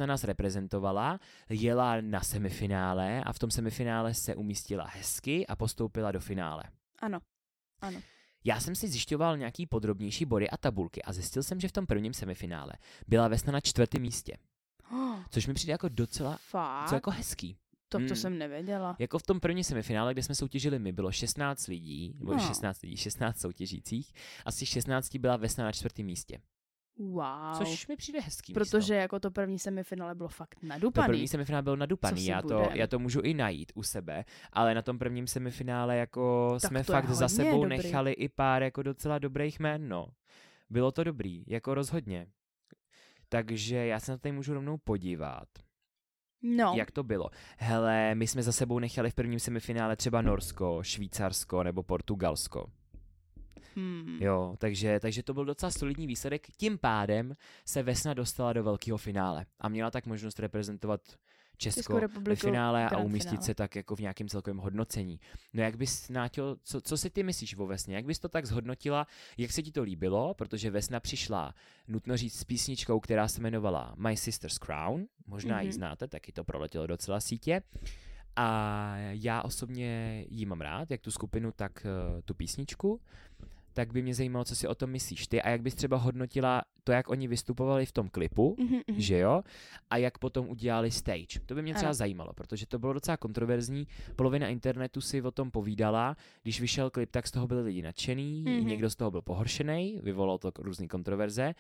nás reprezentovala, jela na semifinále a v tom semifinále se umístila hezky a postoupila do finále. Ano, ano. Já jsem si zjišťoval nějaký podrobnější body a tabulky a zjistil jsem, že v tom prvním semifinále byla Vesna na čtvrtém místě. Oh, Což mi přijde jako docela fakt? co jako hezký. To, to Hmm. jsem nevěděla. Jako v tom prvním semifinále, kde jsme soutěžili my, bylo šestnáct lidí, nebo No. šestnáct lidí, šestnáct soutěžících a z těch šestnácti byla Vesna na čtvrtém místě. Wow. Což mi přijde hezký Protože místo. jako to první semifinále bylo fakt To nadupaný. první semifinále byl Co nadupaný, si já to, budem. já to můžu i najít u sebe, ale na tom prvním semifinále jako Tak jsme to je fakt za hodně sebou dobrý. nechali i pár jako docela dobrých jmén, no. Bylo to dobrý, jako rozhodně. Takže já se na to tady můžu rovnou podívat, No, jak to bylo. Hele, my jsme za sebou nechali v prvním semifinále třeba Norsko, Švýcarsko nebo Portugalsko. hmm. Jo, takže, takže to byl docela solidní výsledek. Tím pádem se Vesna dostala do velkého finále a měla tak možnost reprezentovat Česko Českou ve republiku finále v a grand umístit finále. se tak jako v nějakém celkovém hodnocení. No jak bys, Náťo, co, co si ty myslíš o Vesně? Jak bys to tak zhodnotila? Jak se ti to líbilo? Protože Vesna přišla, nutno říct, s písničkou, která se jmenovala My Sister's Crown. Možná mm-hmm. ji Mhm. znáte, taky to proletělo docela sítě. A já osobně ji mám rád, jak tu skupinu, tak uh, tu písničku. Tak by mě zajímalo, co si o tom myslíš ty a jak bys třeba hodnotila to, jak oni vystupovali v tom klipu, Mhm, mhm. že jo, a jak potom udělali stage. To by mě třeba Ano. zajímalo, protože to bylo docela kontroverzní. Polovina internetu si o tom povídala, když vyšel klip, tak z toho byli lidi nadšený, Mhm. někdo z toho byl pohoršený, vyvolalo to různý kontroverze.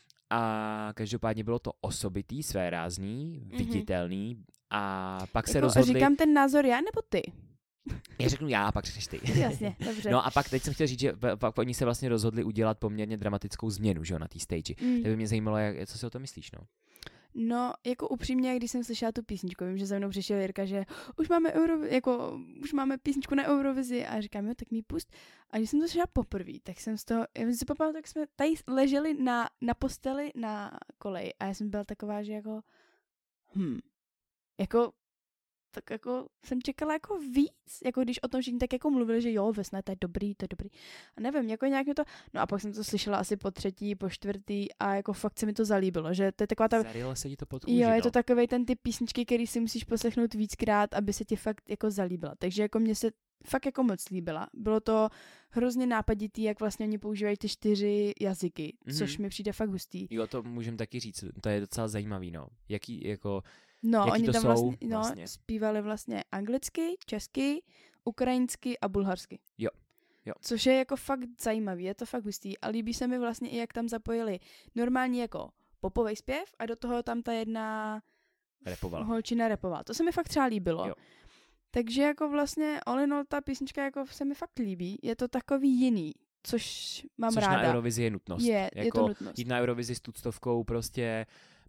A každopádně bylo to osobitý, svérázný, viditelný a pak se Jako rozhodli... říkám ten názor já nebo ty? Já řeknu já a pak řekneš ty. Jasně, dobře. No a pak teď jsem chtěl říct, že p- pak oni se vlastně rozhodli udělat poměrně dramatickou změnu, že jo, na té stage. Mm. To by mě zajímalo, jak, co si o tom myslíš, no. No, jako upřímně, když jsem slyšela tu písničku, vím, že za mnou přišel Jirka, že už máme Euro, jako, už máme písničku na Eurovizi a říkám, jo, tak mi pust. A když jsem to slyšela poprvé, tak jsem z toho, já jsem si pamatuju, tak jsme tady leželi na, na posteli na koleji a já jsem byla taková, že jako, hm, jako, tak jako jsem čekala jako víc, jako když o tom všichni tak jako mluvili, že jo, Vesna, to je dobrý, to je dobrý. A nevím, jako nějak mi to, no a pak jsem to slyšela asi po třetí, po čtvrtý a jako fakt se mi to zalíbilo, že to je taková ta, Zarylo se ti to pod kůži, jo, je no. to takovej ten typ písničky, který si musíš poslechnout víckrát, aby se ti fakt jako zalíbila. Takže jako mě se fakt jako moc líbila. Bylo to hrozně nápaditý, jak vlastně oni používají ty čtyři jazyky, Mhm. což mi přijde fakt hustý. Jo, to můžem taky říct, to je docela zajímavý, no. Jaký, jako, No, jaký oni to tam jsou vlastně, no, vlastně? zpívali vlastně anglicky, česky, ukrajinsky a bulharsky. Jo, jo. Což je jako fakt zajímavý, je to fakt hustý a líbí se mi vlastně i, jak tam zapojili normální jako popový zpěv a do toho tam ta jedna Repovala. holčina repovala. To se mi fakt třeba líbilo. Jo. Takže jako vlastně all in all ta písnička jako se mi fakt líbí. Je to takový jiný, což mám Což ráda. na Eurovizi je nutnost. Je, jako je to nutnost. Jít na Eurovizi s tuctovkou prostě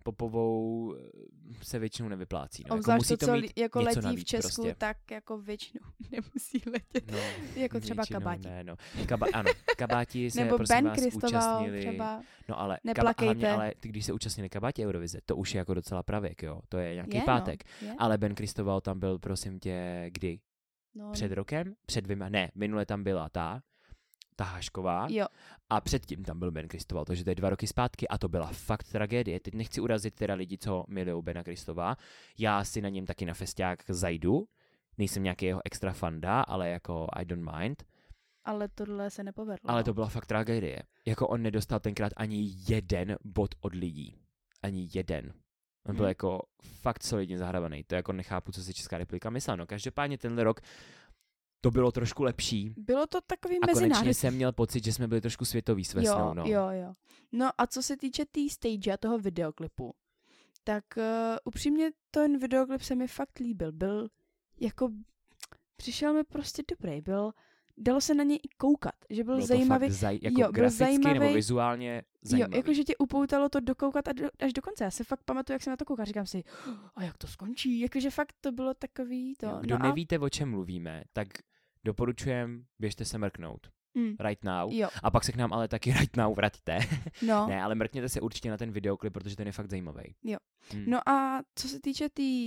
popovou se většinou nevyplácí. No. Jako Obzvlášť musí to, co mít li- jako něco letí navíc v Česku, prostě. tak jako většinou nemusí letět. No, Jako třeba většinou kabáti. Ne, no. Kaba, ano, kabáti se Nebo prosím Ben vás Kristoval účastnili. třeba. No ale, kaba, Neplakejte. hlavně, ale ty, když se účastnili kabáti Eurovize, to už je jako docela pravěk, jo. To je nějaký Je, pátek. No, je? Ale Ben Kristoval tam byl, prosím tě, kdy? No, Před rokem? Před dvěma? Ne, minule tam byla ta, ta Hašková. Jo, A předtím tam byl Ben Kristoval, takže to je dva roky zpátky a to byla fakt tragédie. Teď nechci urazit teda lidi, co milují Bena Kristova. Já si na něm taky na festiák zajdu. Nejsem nějaký jeho extra fanda, ale jako I don't mind. ale tohle se nepovedlo. Ale no. to byla fakt tragédie. Jako on nedostal tenkrát ani jeden bod od lidí. Ani jeden. On byl Hmm. jako fakt solidně zahrabaný. To jako nechápu, co si Česká republika myslela. No každopádně tenhle rok to bylo trošku lepší. Bylo to takový A konečně mezinárodní. jsem měl pocit, že jsme byli trošku světoví s Vesnou. Jo, no. jo, jo. No a co se týče té tý stage a toho videoklipu, tak uh, upřímně ten videoklip se mi fakt líbil. Byl jako, přišel mi prostě dobrý, byl, dalo se na něj i koukat, že byl Bylo zajímavý. to fakt zaj, jako jo, byl graficky zajímavý. nebo vizuálně zajímavý. Jo, jakože tě upoutalo to dokoukat a do, až do konce. Já si fakt pamatuju, jak jsem na to koukala. Říkám si, a jak to skončí? Jakože fakt to bylo takový to. Jo, kdo no nevíte, o čem mluvíme, tak doporučujem, běžte se mrknout. a, mm, Right now. jo, A pak se k nám ale taky right now vraťte. no. Ne, ale mrkněte se určitě na ten videoklip, protože ten je fakt zajímavý. Jo. Hmm. No a co se týče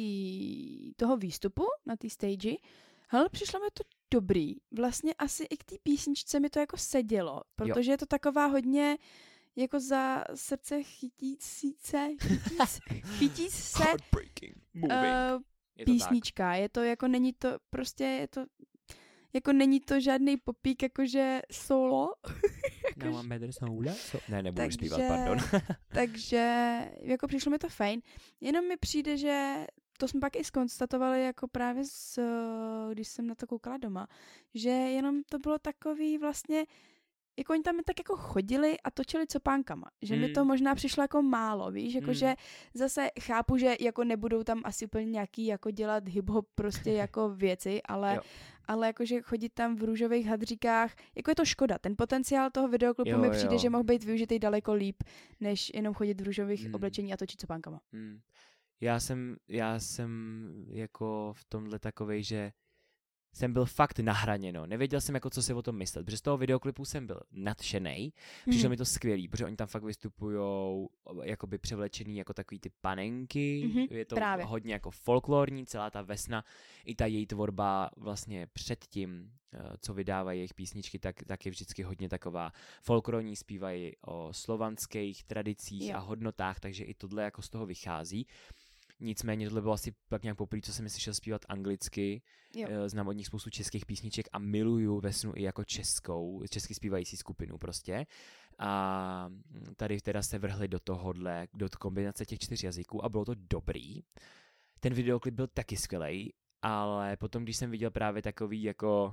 tý, toho výstupu na té stage, hele, přišlo mi to dobrý. Vlastně asi i k té písničce mi to jako sedělo, protože je to taková hodně jako za srdce chytící se, chytící se uh, je písnička. Je to jako, není to, prostě je to, jako není to žádný popík, jakože solo. No, mám better soula. So... Ne, nebudu takže, zpívat, pardon. takže, jako přišlo mi to fajn. Jenom mi přijde, že to jsme pak i zkonstatovali jako právě, s, když jsem na to koukala doma, že jenom to bylo takový vlastně, jako oni tam tak jako chodili a točili copánkama. Že mm. mi to možná přišlo jako málo, víš, jakože mm. zase chápu, že jako nebudou tam asi úplně nějaký jako dělat hip-hop prostě jako věci, ale, ale jakože chodit tam v růžových hadříkách, jako je to škoda. Ten potenciál toho videoklipu jo, mi přijde, jo. že mohl být využitý daleko líp, než jenom chodit v růžových mm. oblečení a točit copánkama. Mm. Já jsem, já jsem jako v tomhle takovej, že jsem byl fakt na hraně, no. Nevěděl jsem, jako, co si o tom myslet, protože z toho videoklipu jsem byl nadšenej, přišlo mm. mi to skvělý, protože oni tam fakt vystupujou jakoby převlečený jako takový ty panenky, mm-hmm, je to právě. Hodně jako folklorní, celá ta vesna, i ta její tvorba vlastně předtím, co vydávají jejich písničky, tak, tak je vždycky hodně taková folklorní, zpívají o slovanských tradicích jo. a hodnotách, takže i tohle jako z toho vychází. Nicméně tohle bylo asi tak nějak poprvé, co jsem mi slyšel zpívat anglicky. Jo. Znám od nich spoustu českých písniček a miluju Vesnu i jako českou, česky zpívající skupinu prostě. A tady teda se vrhli do tohohle, do kombinace těch čtyř jazyků a bylo to dobrý. Ten videoklip byl taky skvělej, ale potom, když jsem viděl právě takový jako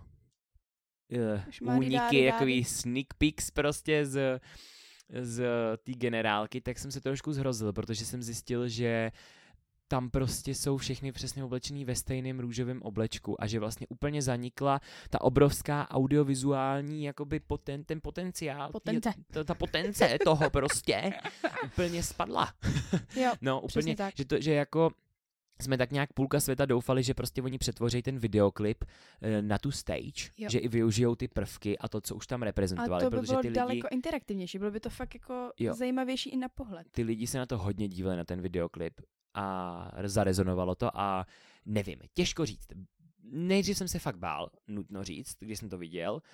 uh, úniky, takový sneak peeks prostě z... z té generálky, tak jsem se trošku zhrozil, protože jsem zjistil, že tam prostě jsou všechny přesně oblečený ve stejném růžovém oblečku a že vlastně úplně zanikla ta obrovská audiovizuální jakoby poten, ten potenciál. Potence. Je, ta potence toho prostě úplně spadla. Jo, no úplně, že to, že jako jsme tak nějak půlka světa doufali, že prostě oni přetvoří ten videoklip e, na tu stage, jo. že i využijou ty prvky a to, co už tam reprezentovali. A to by protože bylo ty lidi, daleko interaktivnější, bylo by to fakt jako jo. zajímavější i na pohled. Ty lidi se na to hodně dívali, na ten videoklip a zarezonovalo to a nevím, těžko říct. Nejdřív jsem se fakt bál, nutno říct, když jsem to viděl,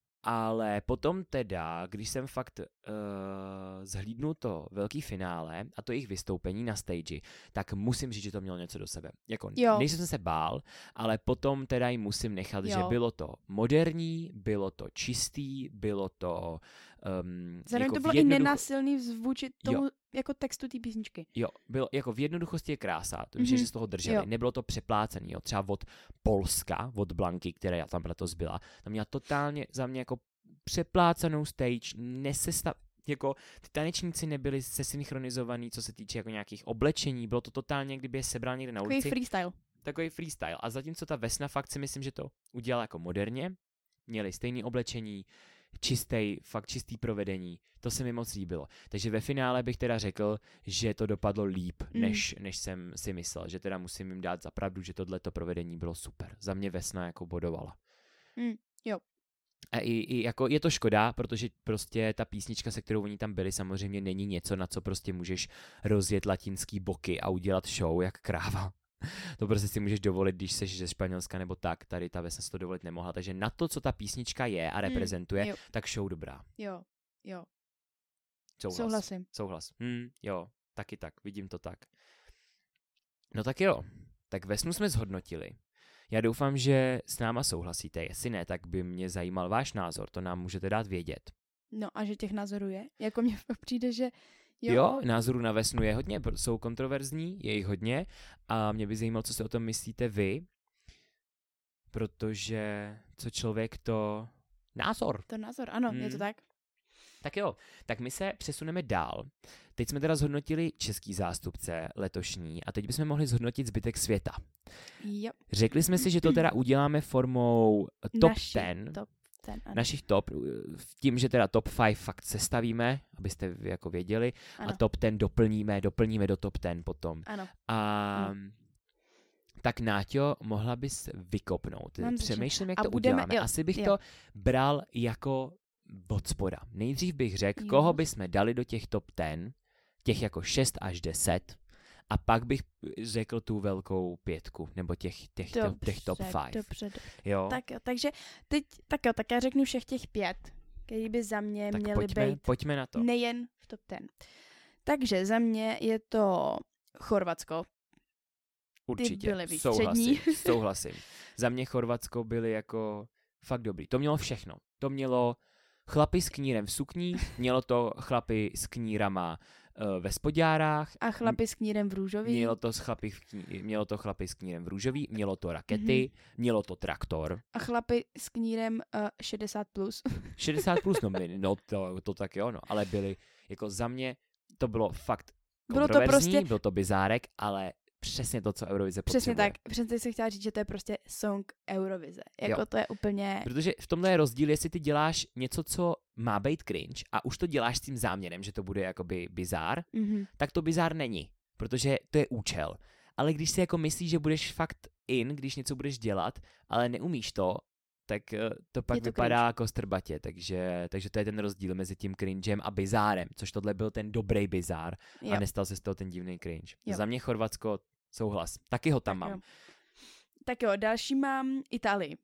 ale potom teda, když jsem fakt uh, zhlídnul to velký finále a to jejich vystoupení na stage, tak musím říct, že to mělo něco do sebe. Jako, než jsem se bál, ale potom teda jim musím nechat, jo. že bylo to moderní, bylo to čistý, bylo to um, Zároveň jako to bylo jednoduch... i nenásilný vůči tomu jo. jako textu té písničky. Jo, bylo, jako v jednoduchosti je krása, to mm-hmm. že z toho drželi, jo. nebylo to přeplácený, jo, třeba od Polska, od Blanky, která tam letos byla, tam měla totálně za mě jako přeplácenou stage, nesestav... jako ty tanečníci nebyli sesynchronizovaný, co se týče jako nějakých oblečení, bylo to totálně, kdyby je sebral někde na ulici. Takový freestyle. Takový freestyle. A zatímco ta Vesna fakt si myslím, že to udělala jako moderně, měli stejné oblečení, čistý, fakt čistý provedení, to se mi moc líbilo. Takže ve finále bych teda řekl, že to dopadlo líp, mm. než, než jsem si myslel, že teda musím jim dát za pravdu, že tohleto provedení bylo super. Za mě Vesna jako bodovala. Mm, jo. A i, i jako je to škoda, protože prostě ta písnička, se kterou oni tam byli, samozřejmě není něco, na co prostě můžeš rozjet latinský boky a udělat show jak kráva. To prostě si můžeš dovolit, když jsi ze Španělska nebo tak, tady ta Vesna si to dovolit nemohla. Takže na to, co ta písnička je a reprezentuje, mm, tak show dobrá. Jo, jo. Souhlas. Souhlasím. Souhlas. Hm, jo, taky tak, vidím to tak. No tak jo, tak Vesnu jsme zhodnotili. Já doufám, že s náma souhlasíte, jestli ne, tak by mě zajímal váš názor, to nám můžete dát vědět. No a že těch názorů je? Jako mně přijde, že Jo. jo, názorů na Vesnu je hodně, jsou kontroverzní, je jich hodně a mě by zajímalo, co si o tom myslíte vy, protože co člověk to názor. To názor, ano, hmm. je to tak. Tak jo, tak my se přesuneme dál. Teď jsme teda zhodnotili český zástupce letošní a teď bychom mohli zhodnotit zbytek světa. Jo. Řekli jsme si, že to teda uděláme formou top deset. Top. Ten, našich top, tím, že teda top pět fakt sestavíme, abyste jako věděli, ano. a top deset doplníme, doplníme do top deset potom. Ano. A ano. tak Náťo, mohla bys vykopnout. Mám Přemýšlím, jak a to budeme, uděláme. Jo, Asi bych jo. to bral jako od spoda. Nejdřív bych řekl, jo. koho bychom dali do těch top deset, těch jako šest až deset, a pak bych řekl tu velkou pětku, nebo těch, těch, dobře, těch top pět. Dobře, dobře. Jo? Tak jo, takže teď, tak jo, tak já řeknu všech těch pět. který by za mě Tak měly pojďme, být pojďme na to. nejen v top deset. Takže za mě je to Chorvatsko. Určitě, byly výstřední. souhlasím, souhlasím. Za mě Chorvatsko byly jako fakt dobrý. To mělo všechno. To mělo chlapy s knírem v sukních, mělo to chlapy s knírama uh, ve spodňárách. A chlapy s knírem v růžový. Mělo to, chlapy v kní, mělo to chlapy s knírem v růžový, mělo to rakety, Mm-hmm. mělo to traktor. A chlapy s knírem uh, šedesát plus. šedesát plus, no, my- no to, to tak jo, no, ale byly, jako za mě, to bylo fakt Bylo to kontroverzní, prostě- byl to bizárek, ale přesně to, co Eurovize Přesně potřebuje. tak. Přesně jsem chtěla říct, že to je prostě song Eurovize. Jako Jo. to je úplně... Protože v tomhle je rozdíl, jestli ty děláš něco, co má být cringe a už to děláš s tím záměrem, že to bude jakoby bizár, Mm-hmm. tak to bizár není, protože to je účel. Ale když si jako myslíš, že budeš fakt in, když něco budeš dělat, ale neumíš to, tak eh, to pak Je to vypadá cringe. jako strbatě, takže, takže to je ten rozdíl mezi tím cringem a bizárem, což tohle byl ten dobrý bizár Jo. a nestal se z toho ten divný cringe. Jo. Za mě Chorvatsko souhlas, taky ho tam Tak mám. jo. Tak jo, další mám Itálii.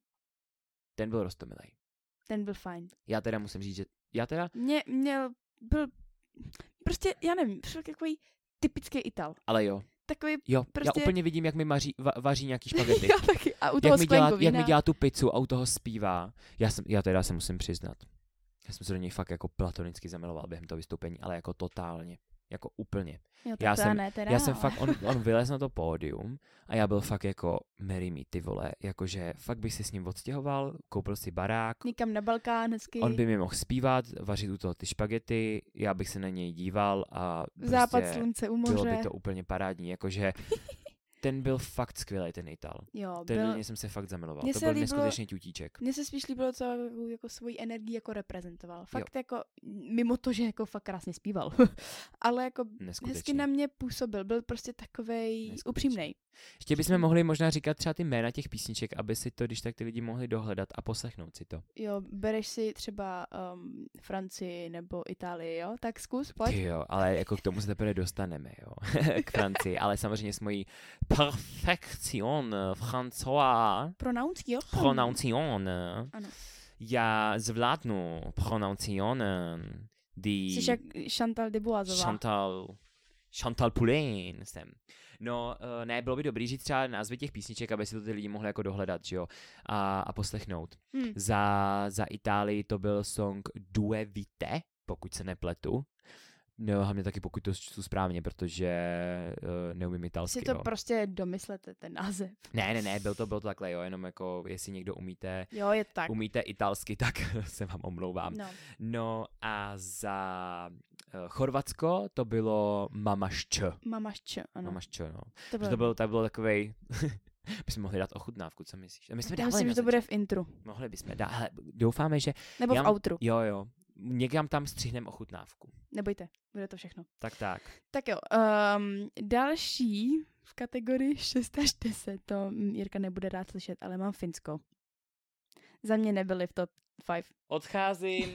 Ten byl roztomilej. Ten byl fajn. Já teda musím říct, že já teda, Mě, měl, byl, prostě, já nevím, přišel takový typický Ital. ale jo, Takový, jo, Prostě- já úplně vidím, jak mi maří, va, vaří nějaký špagety. já taky, a u toho jak, mi dělá, sklenku jak mi vína. dělá tu pizzu a u toho zpívá. Já, jsem, já teda se musím přiznat. Já jsem se do něj fakt jako platonicky zamiloval během toho vystoupení, ale jako totálně. Jako úplně. Jo, tak já to jsem- ne, teda, Já jsem ale- fakt, on, on vylez na to pódium a já byl fakt jako marry me, ty vole. Jakože fakt bych si s ním odstěhoval, koupil si barák, Někam na Balkán hezky. on by mi mohl zpívat, vařit u toho ty špagety, já bych se na něj díval a Západ prostě slunce u bylo moře. by to úplně parádní. Jakože ten byl fakt skvělý, ten Ital. Jo, Ten byl, byl... jsem se fakt zamiloval. Mně To se byl líbilo- neskutečný tutíček. mně se spíš líbilo, co jako svoji energii jako reprezentoval. Fakt jako, mimo to, že jako fakt krásně zpíval. Ale jako Neskutečný. hezky na mě působil. Byl prostě takovej Neskutečný. upřímnej. Ještě bychom mohli možná říkat třeba ty jména těch písniček, aby si to, když tak ty lidi mohli dohledat a poslechnout si to. Jo, bereš si třeba um, Francii nebo Itálii, jo? Tak zkus, pojď. Ty jo, ale jako k tomu se teprve dostaneme, jo. K Francii, ale samozřejmě s mojí perfekcion François Pronounce, jo? pronuncion. Ano. Já zvládnu pronuncion the Jsi jak Chantal Deboisová. Chantal, Chantal Poulain jsem. No, uh, ne, bylo by dobrý říct třeba názvy těch písniček, aby si to ty lidi mohli jako dohledat, že jo, a, a poslechnout. Hm. Za, za Itálii to byl song Due Vite, pokud se nepletu. No, hlavně taky pokud to čtu správně, protože uh, neumím italsky, Si to no. prostě domyslete, ten název. Ne, ne, ne, byl to, byl to takhle, jo, jenom jako, jestli někdo umíte, Jo, je to tak. umíte italsky, tak se vám omlouvám. No. No a za uh, Chorvatsko to bylo Mamašč. Mamašč, ano. Mamašč, no. To Že bylo. to byl, tak byl takovej, bychom mohli dát ochutnávku, co myslíš? A my jsme Já dávali myslím, na že to zač- bude v intru. Mohli bychom dát, hele, doufáme, že, Nebo Já v mám- outru. jo, jo, někam tam střihneme ochutnávku. Nebojte, bude to všechno. Tak, tak. Tak jo, um, další v kategorii šest až deset, to mm, Jirka nebude rád slyšet, ale mám Finsko. Za mě nebyli v top pět. Odcházím.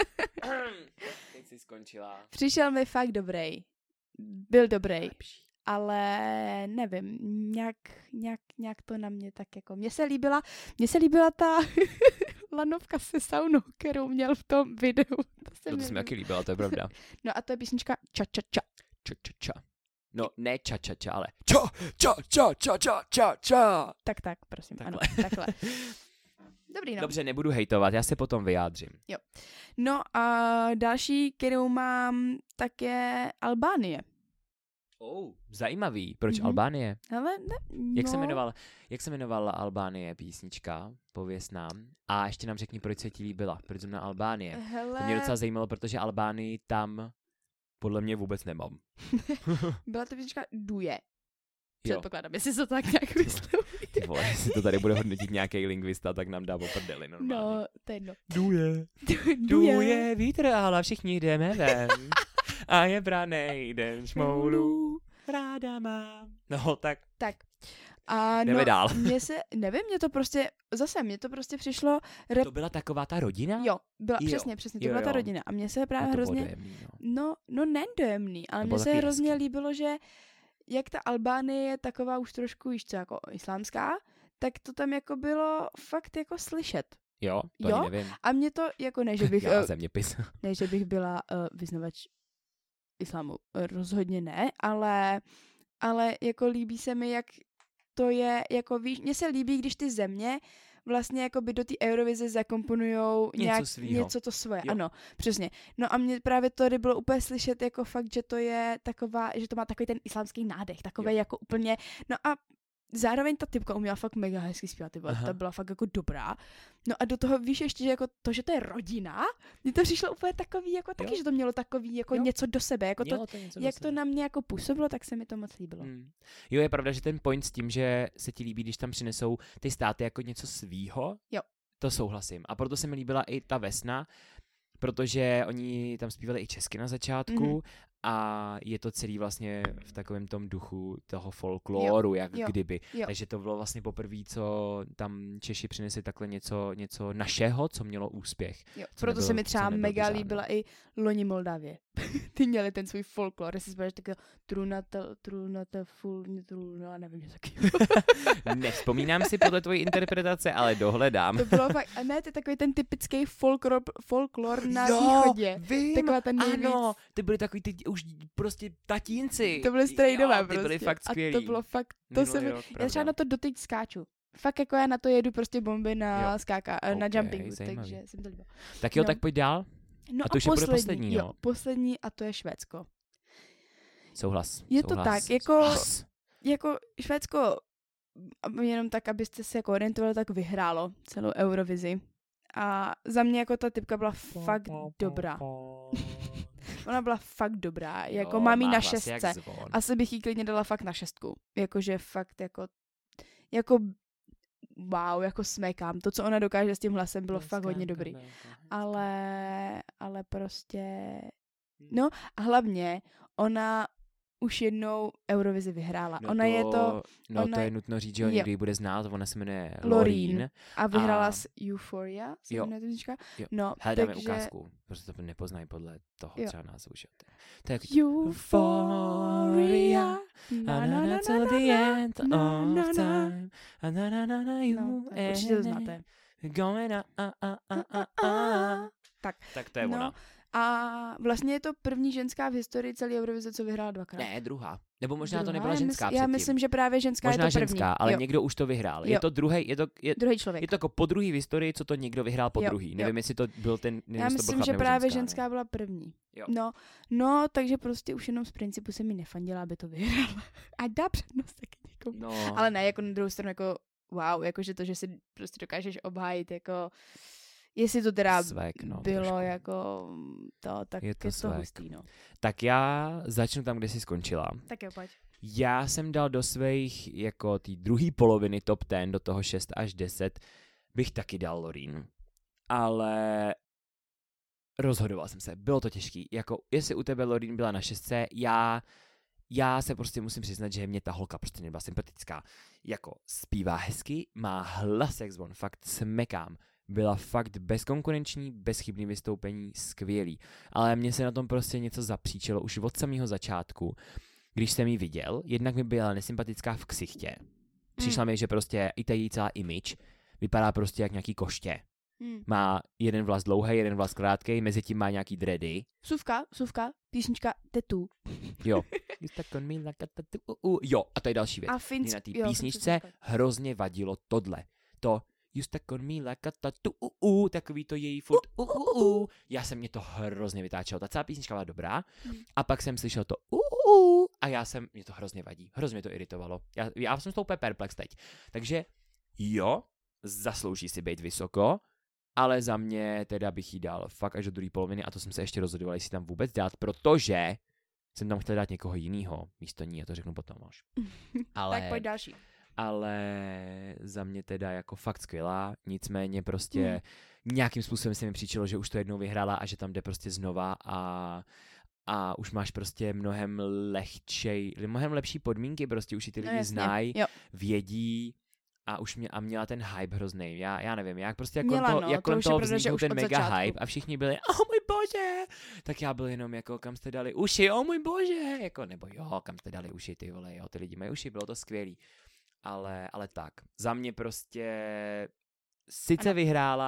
Teď jsi skončila. Přišel mi fakt dobrý. Byl dobrý, Lepší. ale nevím, nějak, nějak, nějak to na mě tak jako, mně se líbila, mně se líbila ta lanovka se saunou, kterou měl v tom videu. To se, To, to mi se mi líbilo. taky líbilo, to je pravda. No a to je písnička Ča Ča Ča. Ča, ča, ča. No, ne ča, ča, ča, ale ča, ča, ča, ča, ča, ča, ča. Tak tak, prosím, Takhle. ano, takhle. Dobrý, no. Dobře, nebudu hejtovat, já se potom vyjádřím. No a další, kterou mám, tak je Albánie. Oh, zajímavý. Proč Mhm. Albánie? Ale ne, Jak no, se jmenovala, jak se jmenovala Albánie písnička? Pověz nám. A ještě nám řekni, proč se ti líbila. Proč zrovna Albánie? Hele, To mě docela zajímalo, protože Albánii tam podle mě vůbec nemám. byla to písnička Duje. Jo, Předpokládám, jestli to tak nějak vysloví. ty vole, jestli to tady bude hodnotit nějaký lingvista, tak nám dá poprdeli normálně. No, to je jedno. Duje. Duje. Duje vítr, ale všichni jdeme ven. A je branej den šmoulu. Ráda mám. No, tak Tak. A jdeme no, dál. mně se, nevím, mě to prostě, zase mně to prostě přišlo, rep, To byla taková ta rodina? jo, byla, Jo, přesně, přesně, to jo, byla ta jo. rodina. A mně se A právě to bylo hrozně, dojemný, no. no, no ne dojemný, ale To mně bylo se taky hrozně hezký. líbilo, že jak ta Albánie je taková už trošku, víš co, jako islámská, tak to tam jako bylo fakt jako slyšet. Jo, to Jo? ani nevím. A mě to jako ne, že bych, Já uh, zeměpis. ne, že bych byla uh, vyznavač islámu. Rozhodně ne, ale, ale jako líbí se mi, jak to je, jako víš, mně se líbí, když ty země vlastně jako by do té Eurovize zakomponujou Něco nějak, svýho. něco to svoje, Jo. ano, přesně. No a mě právě tady bylo úplně slyšet jako fakt, že to je taková, že to má takový ten islámský nádech, takové Jo. jako úplně, no a zároveň ta typka uměla fakt mega hezky zpívat, tyba, ta byla fakt jako dobrá. No a do toho víš ještě, že jako to, že to je rodina, mně to přišlo úplně takový, jako taky, Jo. že to mělo takový jako Jo. něco do sebe, jako to, Mělo to něco do jak to sebe. na mě jako působilo, tak se mi to moc líbilo. Hmm. Jo, je pravda, že ten point s tím, že se ti líbí, když tam přinesou ty státy jako něco svýho, Jo. to souhlasím. A proto se mi líbila i ta Vesna, protože oni tam zpívali i česky na začátku Mhm. a je to celý vlastně v takovém tom duchu toho folkloru, jak jo, kdyby. jo. Takže to bylo vlastně poprvé, co tam Češi přinesli takhle něco, něco našeho, co mělo úspěch. Jo, Co proto se nebylo- mi co třeba nebylo mega bizární. líbila i loni Moldávie. Ty měli ten svůj folklor, jestli spíš takového trunata, trunata, full, trunata, nevím, že taky. Nevzpomínám si podle tvojí interpretace, ale dohledám. To bylo fakt, a ne, to je takový ten typický folklor, folklor na Jo, východě. Vím, Taková ten nejvíc. ano, ty byli takový ty už prostě tatínci. To byly strejdové Jo, prostě. Ty byli fakt skvělí. A to bylo fakt, to Minulý se mi, rok, já pravda. třeba na to doteď skáču. Fakt jako já na to jedu prostě bomby na Jo. skáka, na Ok, jumpingu, zajímavý. takže jsem to líbila. Tak jo, No. tak pojď dál. No A to už je bude poslední, jo? jo, poslední a to je Švédsko. Souhlas. Je to souhlas, tak, jako- souhlas. Jako Švédsko, ab- jenom tak, abyste se jako orientovali, tak vyhrálo celou Eurovizi. A za mě jako ta typka byla fakt dobrá. Ona byla fakt dobrá, jako Jo, mám jí má na hlas jak šestce. zvon. Asi bych jí klidně dala fakt na šestku. Jakože fakt jako, jako wow, jako smekám. To, co ona dokáže s tím hlasem, bylo fakt hodně dobrý. Ale, ale prostě, no a hlavně ona už jednou Eurovizi vyhrála. No ona je to, No ona to je- je nutno říct, že ho jo. někdo ji bude znát, ona se jmenuje Loreen. Loreen. a vyhrála A- s Euphoria, se Jo. jmenuje ta písnička? Jo. No, Hledáme takže ukázku, protože to nepoznají podle toho Jo. třeba názvu, že jo. To je jako Euphoria. na na na till the end na, na, of na. time. A na na na na you No, tak určitě to znáte. going a a a a a a. Tak. Tak to je No, ona. A vlastně je to první ženská v historii celé Eurovize, co vyhrála dvakrát. Ne, druhá. Nebo možná to Druhá? nebyla Já ženská mysl, předtím. Já myslím, že právě ženská Možná je to první. ženská, ale jo. někdo už to vyhrál. Je Jo. to druhý, je to, je, Druhý člověk. je to jako po druhý v historii, co to někdo vyhrál po Jo, druhý. jo. Nevím, jestli to byl ten, nevím, Já jestli to byl myslím, chlap že nebo právě ženská, ženská ne? byla první. Jo. No, no, takže prostě už jenom z principu se mi nefandila, aby to vyhrala. A dá přednost taky někomu. No, Ale ne, jako na druhou stranu, jako wow, jakože to, že si prostě dokážeš obhájit, jako jestli to teda svek, no, bylo trošku. jako to, tak Je je to to, je to svek. hustý, no. Tak já začnu tam, kde jsi skončila. Tak jo, pojď. Já jsem dal do svých, jako té druhé poloviny top deset, do toho šest až deset, bych taky dal Loreen. Ale rozhodoval jsem se, bylo to těžký. Jako, jestli u tebe Loreen byla na šestce, já, já se prostě musím přiznat, že mě ta holka prostě nebyla sympatická. Jako, zpívá hezky, má hlas jak zvon, fakt smekám. Byla fakt bezkonkurenční, bezchybný vystoupení, skvělý. Ale mně se na tom prostě něco zapříčilo už od samého začátku. Když jsem ji viděl, jednak mi byla nesympatická v ksichtě. Přišla mi, že prostě i ta její celá image vypadá prostě jak nějaký koště. Hmm. Má jeden vlas dlouhý, jeden vlas krátkej, mezi tím má nějaký dready. Suvka, suvka, písnička Tetu. Jo. You stuck on me like a tattoo. Uh, uh. Jo, a to je další věc. A Mně finsk... na té jo, písničce jsem si hrozně vadilo tohle. To you stuck on me like a tattoo. Uh, uh. Takový to její furt. Uh, uh, uh. Já jsem mě to hrozně vytáčel. Ta celá písnička byla dobrá. Hmm. A pak jsem slyšel to uh, uh. A já jsem, mě to hrozně vadí. Hrozně mě to iritovalo. Já, já jsem s tou úplně perplex teď. Takže jo, zaslouží si být vysoko, ale za mě teda bych jí dal fakt až do druhé poloviny a to jsem se ještě rozhodoval, jestli tam vůbec dát, protože jsem tam chtěl dát někoho jinýho místo ní, a to řeknu potom až. Ale, Tak pojď další. ale za mě teda jako fakt skvělá, nicméně prostě Hmm. nějakým způsobem se mi přičilo, že už to jednou vyhrála a že tam jde prostě znova a a už máš prostě mnohem lehčej, mnohem lepší podmínky, prostě už i ty No lidi jasně, znají, jo. vědí a už mě, a měla ten hype hrozný. Já, já nevím, jak prostě jak Měla, kolem no, to, jak to kolem už je toho pravda, že vzniknul už ten od mega začátku. hype a všichni byli, oh můj bože, tak já byl jenom jako, kam jste dali uši, oh můj bože, jako, nebo jo, kam jste dali uši, ty vole, jo, ty lidi mají uši, bylo to skvělý. Ale, ale tak, za mě prostě sice Ano. vyhrála,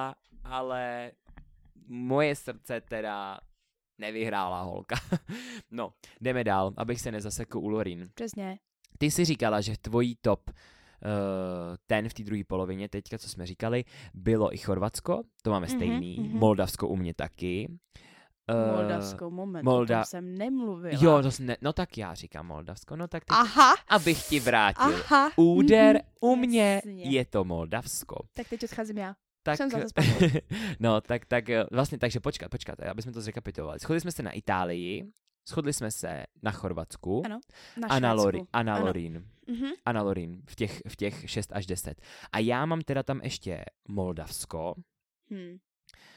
ale moje srdce teda nevyhrála holka. No, jdeme dál, abych se nezasekl u Lorin. Přesně. Ty jsi říkala, že tvojí top uh, ten v té druhé polovině, teďka, co jsme říkali, bylo i Chorvatsko, to máme Mhm, stejný, mhm. Moldavsko u mě taky. Uh, Moldavsko, moment, Molda- o tom jsem nemluvila. Jo, to ne, no tak já říkám Moldavsko, no tak teď, Aha, abych ti vrátil. aha. Úder, mhm, u mě jasně. je to Moldavsko. Tak teď odcházím já. Tak, Jsem zase zpátky. no, tak, tak eh, vlastně, takže počkat, počkat, aby jsme to zrekapitulovali. Shodli jsme se na Itálii, shodli jsme se na Chorvatsku Ano, na a na, Švédsku. Lori, a na Ano. Lorin. Mhm. A na Lorin v těch, v těch šest až deset. A já mám teda tam ještě Moldavsko Hm. uh,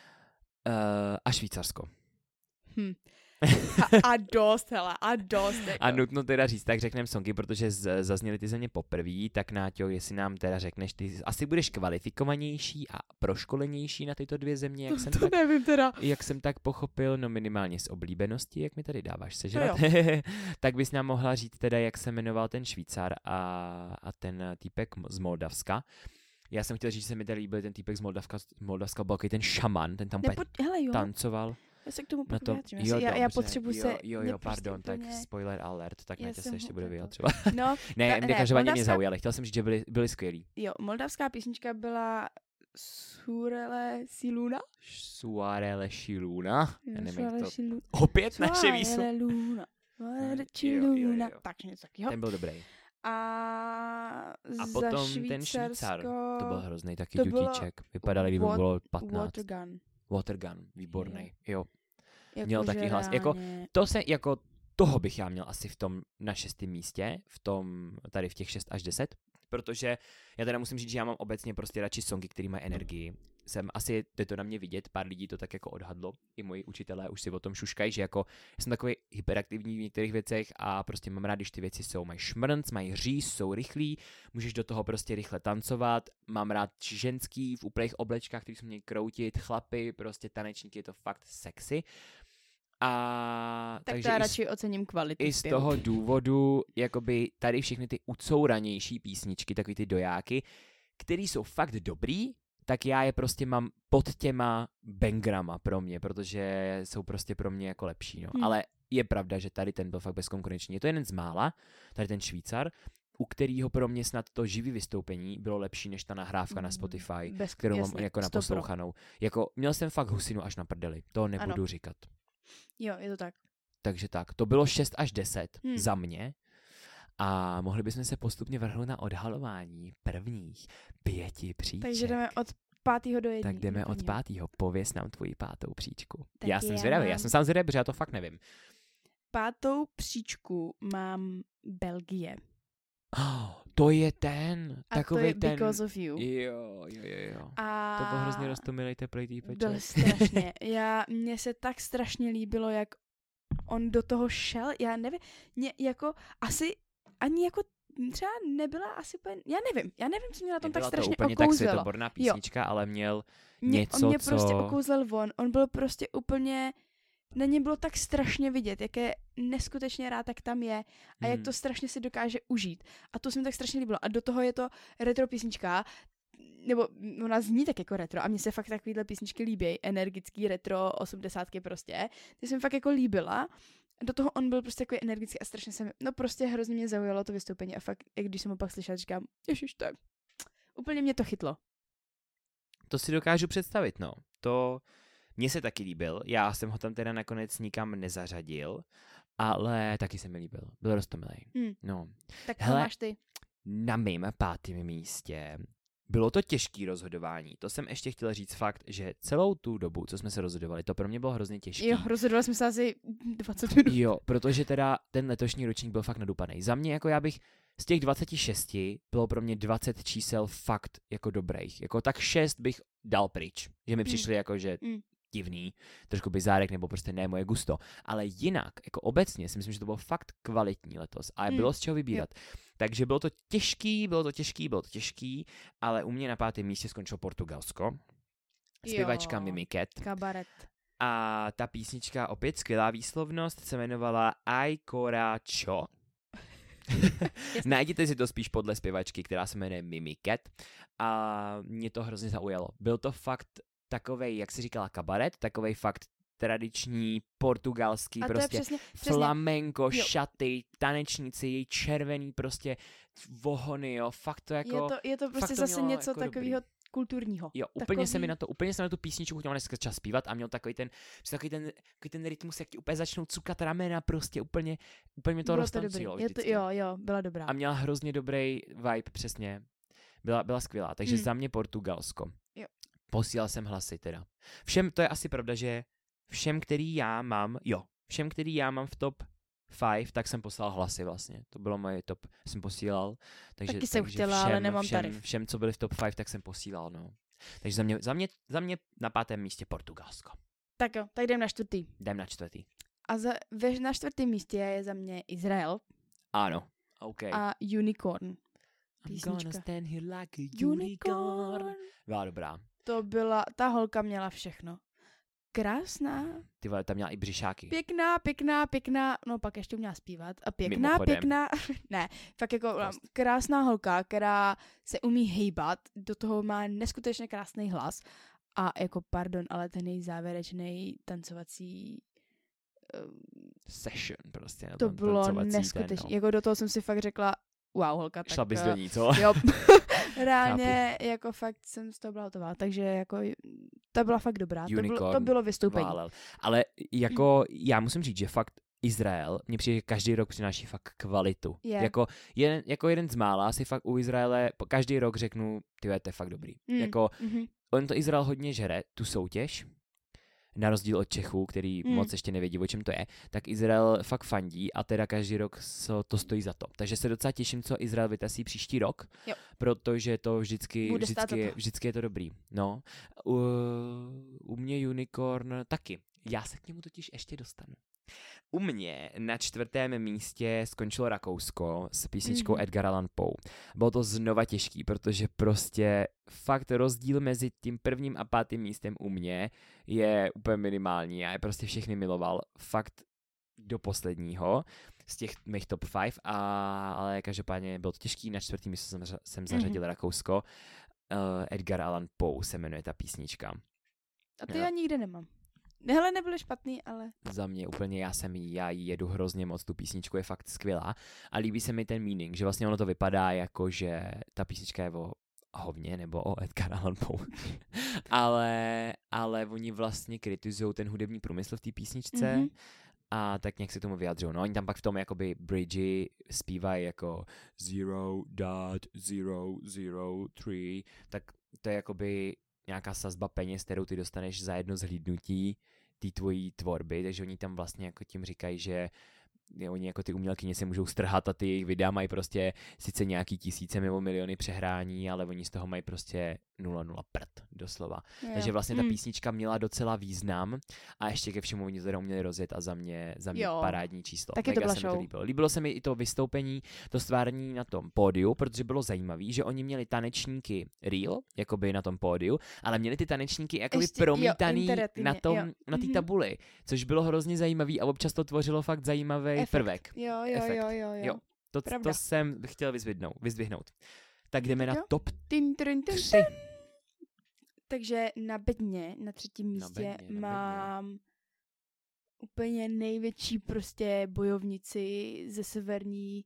a Švýcarsko. Hm. A, a dost, hele, a dost. Jako. A nutno teda říct, tak řekneme songy, protože z, zazněly ty země poprvé, tak Náťo, jestli nám teda řekneš, ty asi budeš kvalifikovanější a proškolenější na tyto dvě země, jak jsem to tak nevím teda. Jak jsem tak pochopil, no minimálně z oblíbenosti, jak mi tady dáváš sežrat, No tak bys nám mohla říct teda, jak se jmenoval ten Švýcar a, a ten týpek z Moldavska. Já jsem chtěl říct, že se mi tady líbil ten týpek z Moldavska, z Moldavska byl takový ten šaman, ten tam Nepo, hele jo, tancoval. já se k tomu Na pak to, vyjádřím. jo, já, já dobře, potřebuji jo, se... Jo, mě jo, prostě pardon, tak úplně- spoiler alert, tak Já Natě se jsem ještě ho- bude tak- vyjadřovat. No, Ne, Ta- mě ne, každopádně mě moldavská- zaujaly, chtěl jsem říct, že byli, byli skvělí. jo, moldavská písnička byla Surele Siluna. Suarele Shiluna, já nevím, jak Surele to... Siluna. Opět naše výslu. Suarele Luna. Suarele Jo, jo, Chiluna. jo. Tak něco takového. Ten byl dobrý. A, A za potom ten Švýcar, Švýcarsko to byl hrozný taky to bylo dutíček. Vypadal, kdyby mu Wat- bylo patnáct. Watergun. Watergun, výborný. Jo. Jako Měl taky že hlas. Jako- reálně- To se, jako, toho bych já měl asi v tom na šestém místě, v tom, tady v těch šest až deset, protože já teda musím říct, že já mám obecně prostě radši songy, které mají energii. Jsem asi, jde to na mě vidět, pár lidí to tak jako odhadlo, i moji učitelé už si o tom šuškají, že jako jsem takový hyperaktivní v některých věcech a prostě mám rád, když ty věci jsou, mají šmrnc, mají říz, jsou rychlí, můžeš do toho prostě rychle tancovat, mám rád ženský v úplných oblečkách, který se mějí kroutit, chlapy, prostě tanečníky, je to fakt sexy. A Tak takže to já i z- radši ocením kvalitu i z zpěvu. toho důvodu, jakoby tady všechny ty ucouranější písničky, takový ty dojáky, který jsou fakt dobrý, tak já je prostě mám pod těma bangrama pro mě, protože jsou prostě pro mě jako lepší, no. Hmm. Ale je pravda, že tady ten byl fakt bezkonkurenční. Je to jeden z mála, tady ten Švýcar, u kterého pro mě snad to živý vystoupení bylo lepší než ta nahrávka na Spotify, Bez, kterou jasně, mám jako sto pro. naposlouchanou. Jako měl jsem fakt husinu až na prdeli, to nebudu Ano. říkat. Jo, je to tak. Takže tak, to bylo šest až deset Hmm. za mě. A mohli bychom se postupně vrhnout na odhalování prvních pěti příček. Takže jdeme od pátého do jedné. tak jdeme od pátého. Pověz nám tvoji pátou příčku. Tak já jsem já zvědavý, já mám- jsem sám zvědavý, protože já to fakt nevím. Pátou příčku mám Belgie. Oh, to je ten, A takovej to je ten. Because of You. Jo, jo, jo, jo. A To byl hrozně roztomilej teplej týpeček. byl strašně. Já, mně se tak strašně líbilo, jak on do toho šel. Já nevím, mě jako asi ani jako třeba nebyla asi úplně, já nevím, já nevím, co mě na tom tak Nebyla to strašně úplně tak okouzelo. světoborná písnička, ale měl Mě, něco, on mě prostě co- okouzlil von, on byl prostě úplně, na něm bylo tak strašně vidět, jak je neskutečně rád, tak tam je a jak Hmm. to strašně si dokáže užít. A to se mi tak strašně líbilo. A do toho je to retro písnička, nebo ona zní tak jako retro a mně se fakt takovýhle písničky líbí, energický retro, osmdesátky prostě. Ty jsem fakt jako líbila. Do toho on byl prostě takový energický a strašně se mi, no prostě hrozně mě zaujalo to vystoupení a fakt, jak když jsem ho pak slyšela, říkám, ježiš, to je, úplně mě to chytlo. To si dokážu představit, no. To mně se taky líbil. Já jsem ho tam teda nakonec nikam nezařadil, ale taky se mi líbil. Byl roztomilej. Hmm. No. Tak Hele, co máš ty? Na mém pátém místě bylo to těžké rozhodování. To jsem ještě chtěl říct fakt, že celou tu dobu, co jsme se rozhodovali, to pro mě bylo hrozně těžké. Jo, rozhodovali jsme se asi dvacet minut. Jo, protože teda ten letošní ročník byl fakt nadupaný. Za mě jako já bych z těch dvacet šest bylo pro mě dvacet čísel fakt jako dobrých. Jako tak šest bych dal pryč. Že mi Mm. přišli jako, že Mm. divný, trošku bizárek nebo prostě ne moje gusto. Ale jinak, jako obecně si myslím, že to bylo fakt kvalitní letos a Mm. bylo z čeho vybírat. Takže bylo to těžký, bylo to těžký, bylo to těžký, ale u mě na pátém místě skončilo Portugalsko. Zpěvačka Jo. Mimiket. Kabaret. A ta písnička, opět skvělá výslovnost, se jmenovala Ai Coracho. Najděte si to spíš podle zpěvačky, která se jmenuje Mimiket. A mě to hrozně zaujalo. Byl to fakt takovej, jak jsi říkala, kabaret, takovej fakt tradiční portugalský, A to prostě je přesně, přesně. flamenko, Jo. šaty, tanečníci, její červený prostě vohony, jo, fakt to jako... Je to, je to prostě to zase mělo něco jako takového kulturního. Jo, úplně Takový... se mi na to, úplně jsem na tu písničku chtěl dneska čas zpívat a měl takový ten, takový ten, takový ten rytmus, jak ti úplně začnou cukat ramena, prostě úplně, úplně mě to Bylo roztancilo je to, vždycky. Jo, jo, byla dobrá. A měla hrozně dobrý vibe, přesně. Byla, byla skvělá, takže Hmm. za mě Portugalsko. Jo. Posílal jsem hlasy teda. Všem, to je asi pravda, že všem, který já mám, jo, všem, který já mám v top pět, tak jsem poslal hlasy vlastně. To bylo moje top, jsem posílal. Takže, Taky jsem takže chtěla, všem, ale nemám všem, tarif. Všem, co byli v top pět, tak jsem posílal, no. Takže za mě, za mě, za mě na pátém místě Portugalsko. Tak jo, tak jdem na čtvrtý. Jdem na čtvrtý. A za, ve, na čtvrtém místě je za mě Izrael Ano, OK. a Unicorn. I'm Písnička. gonna stand here like a unicorn. Byla dobrá. To byla, ta holka měla všechno. Krásná, Ty vole, tam měla i břišáky. pěkná, pěkná, pěkná, no pak ještě uměla zpívat. A pěkná, Mimochodem. pěkná, ne, fakt jako Prost. krásná holka, která se umí hejbat, do toho má neskutečně krásný hlas. A jako pardon, ale ten její závěrečný tancovací um, Session prostě. to bylo tancovací ten, neskutečné. no. Jako do toho jsem si fakt řekla, wow, holka, tak... Šla bys eh, do ní, co? Jo, reálně jako fakt jsem z toho byla hotová, takže jako to byla fakt dobrá, to bylo, Unicorn to bylo vystoupení. Válel. Ale jako já musím říct, že fakt Izrael mě přijde, že každý rok přináší fakt kvalitu. Je. Jako, jeden, jako jeden z mála si fakt u Izraele po- každý rok řeknu, ty to je fakt dobrý. Mm, Jako mhm. on to Izrael hodně žere, tu soutěž, na rozdíl od Čechů, který Mm. moc ještě nevědí, o čem to je, tak Izrael fakt fandí a teda každý rok so, to stojí za to. Takže se docela těším, co Izrael vytasí příští rok, Jo. protože to vždycky, Bude stát vždycky, za je, to. vždycky je to dobrý. No. U, u mě Unicorn taky. Já se k němu totiž ještě dostanu. U mě na čtvrtém místě skončilo Rakousko s písničkou Mhm. Edgar Allan Poe. Bylo to znova těžký, protože prostě fakt rozdíl mezi tím prvním a pátým místem u mě je úplně minimální. Já je prostě všechny miloval fakt do posledního z těch mých top pět, a, ale každopádně bylo to těžký. Na čtvrtým místě jsem, zařa- jsem zařadil Mhm. Rakousko. Uh, Edgar Allan Poe se jmenuje ta písnička. A ty Jo. já nikde nemám. Hele, nebyly špatný, ale... Za mě úplně, já jsem jí, já jí jedu hrozně moc, tu písničku je fakt skvělá a líbí se mi ten meaning, že vlastně ono to vypadá jako, že ta písnička je o hovně nebo o Edgar Allan Poe, ale, ale oni vlastně kritizují ten hudební průmysl v té písničce Mhm. a tak nějak se k tomu vyjadřují. No oni tam pak v tom jakoby bridge zpívají jako zero dot zero zero three, tak to je jakoby nějaká sazba peněz, kterou ty dostaneš za jedno zhlídnutí té tvojí tvorby, takže oni tam vlastně jako tím říkají, že je, oni jako ty umělkyně se můžou strhat a ty jejich videa mají prostě sice nějaký tisíce nebo miliony přehrání, ale oni z toho mají prostě nula nula prd, doslova. Jo. Takže vlastně ta Mm. písnička měla docela význam a ještě ke všemu oni to teda uměli rozjet a za mě, za mě Jo. parádní číslo. Taky to Mega byla se mi to show. líbilo. Líbilo se mi i to vystoupení, to stvárnění na tom pódiu, protože bylo zajímavé, že oni měli tanečníky real, jakoby na tom pódiu, ale měli ty tanečníky jakoby Ještě- jo, promítaný interaktivně, na tom, jo. na té Mhm. tabuli, což bylo hrozně zajímavý a občas to tvořilo fakt zajímavý Efekt. prvek. Jo, jo, Efekt. jo, jo, jo. Jo. To, Pravda. to jsem chtěl vyzdvihnout. vyzdvihnout. Tak jdeme Tak na jo. top Tin, tin, tin, tři. tin. Takže na bedně, na třetím místě, bedně, na bedně. mám úplně největší prostě bojovnici ze severní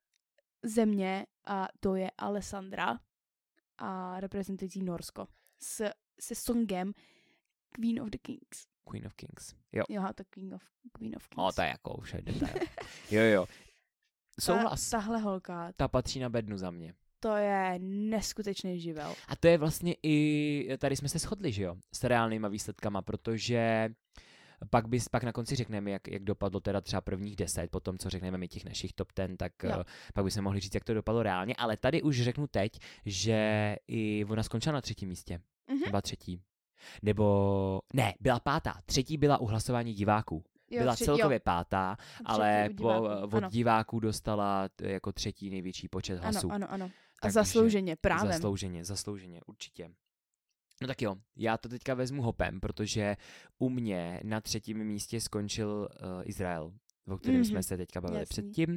země a to je Alessandra a reprezentující Norsko s, se songem Queen of the Kings. Queen of Kings. Jo. Jo, to Queen of, Queen of Kings. O, to je jako už je detail. Jo, jo. Souhlas. Ta, tahle holka, Ta patří na bednu za mě. to je neskutečný živel. A to je vlastně i, tady jsme se shodli, že jo, s reálnýma výsledkama, protože pak, bys, pak na konci řekneme, jak, jak dopadlo teda třeba prvních deset, potom co řekneme my těch našich top ten, tak Jo. uh, pak bychom mohli říct, jak to dopadlo reálně, ale tady už řeknu teď, že i ona skončila na třetím místě. Mhm. Byla třetí. Nebo, ne, byla pátá. Třetí byla u hlasování diváků. Jo, Byla tři- celkově jo, pátá, třetí ale u po, diváků, od ano. diváků dostala t- jako třetí největší počet hlasů. Ano, ano, ano. A Takže zaslouženě, právem. Zaslouženě, zaslouženě, určitě. No tak jo, já to teďka vezmu hopem, protože u mě na třetím místě skončil uh, Izrael, o kterém Mhm, jsme se teďka bavili jasný. předtím.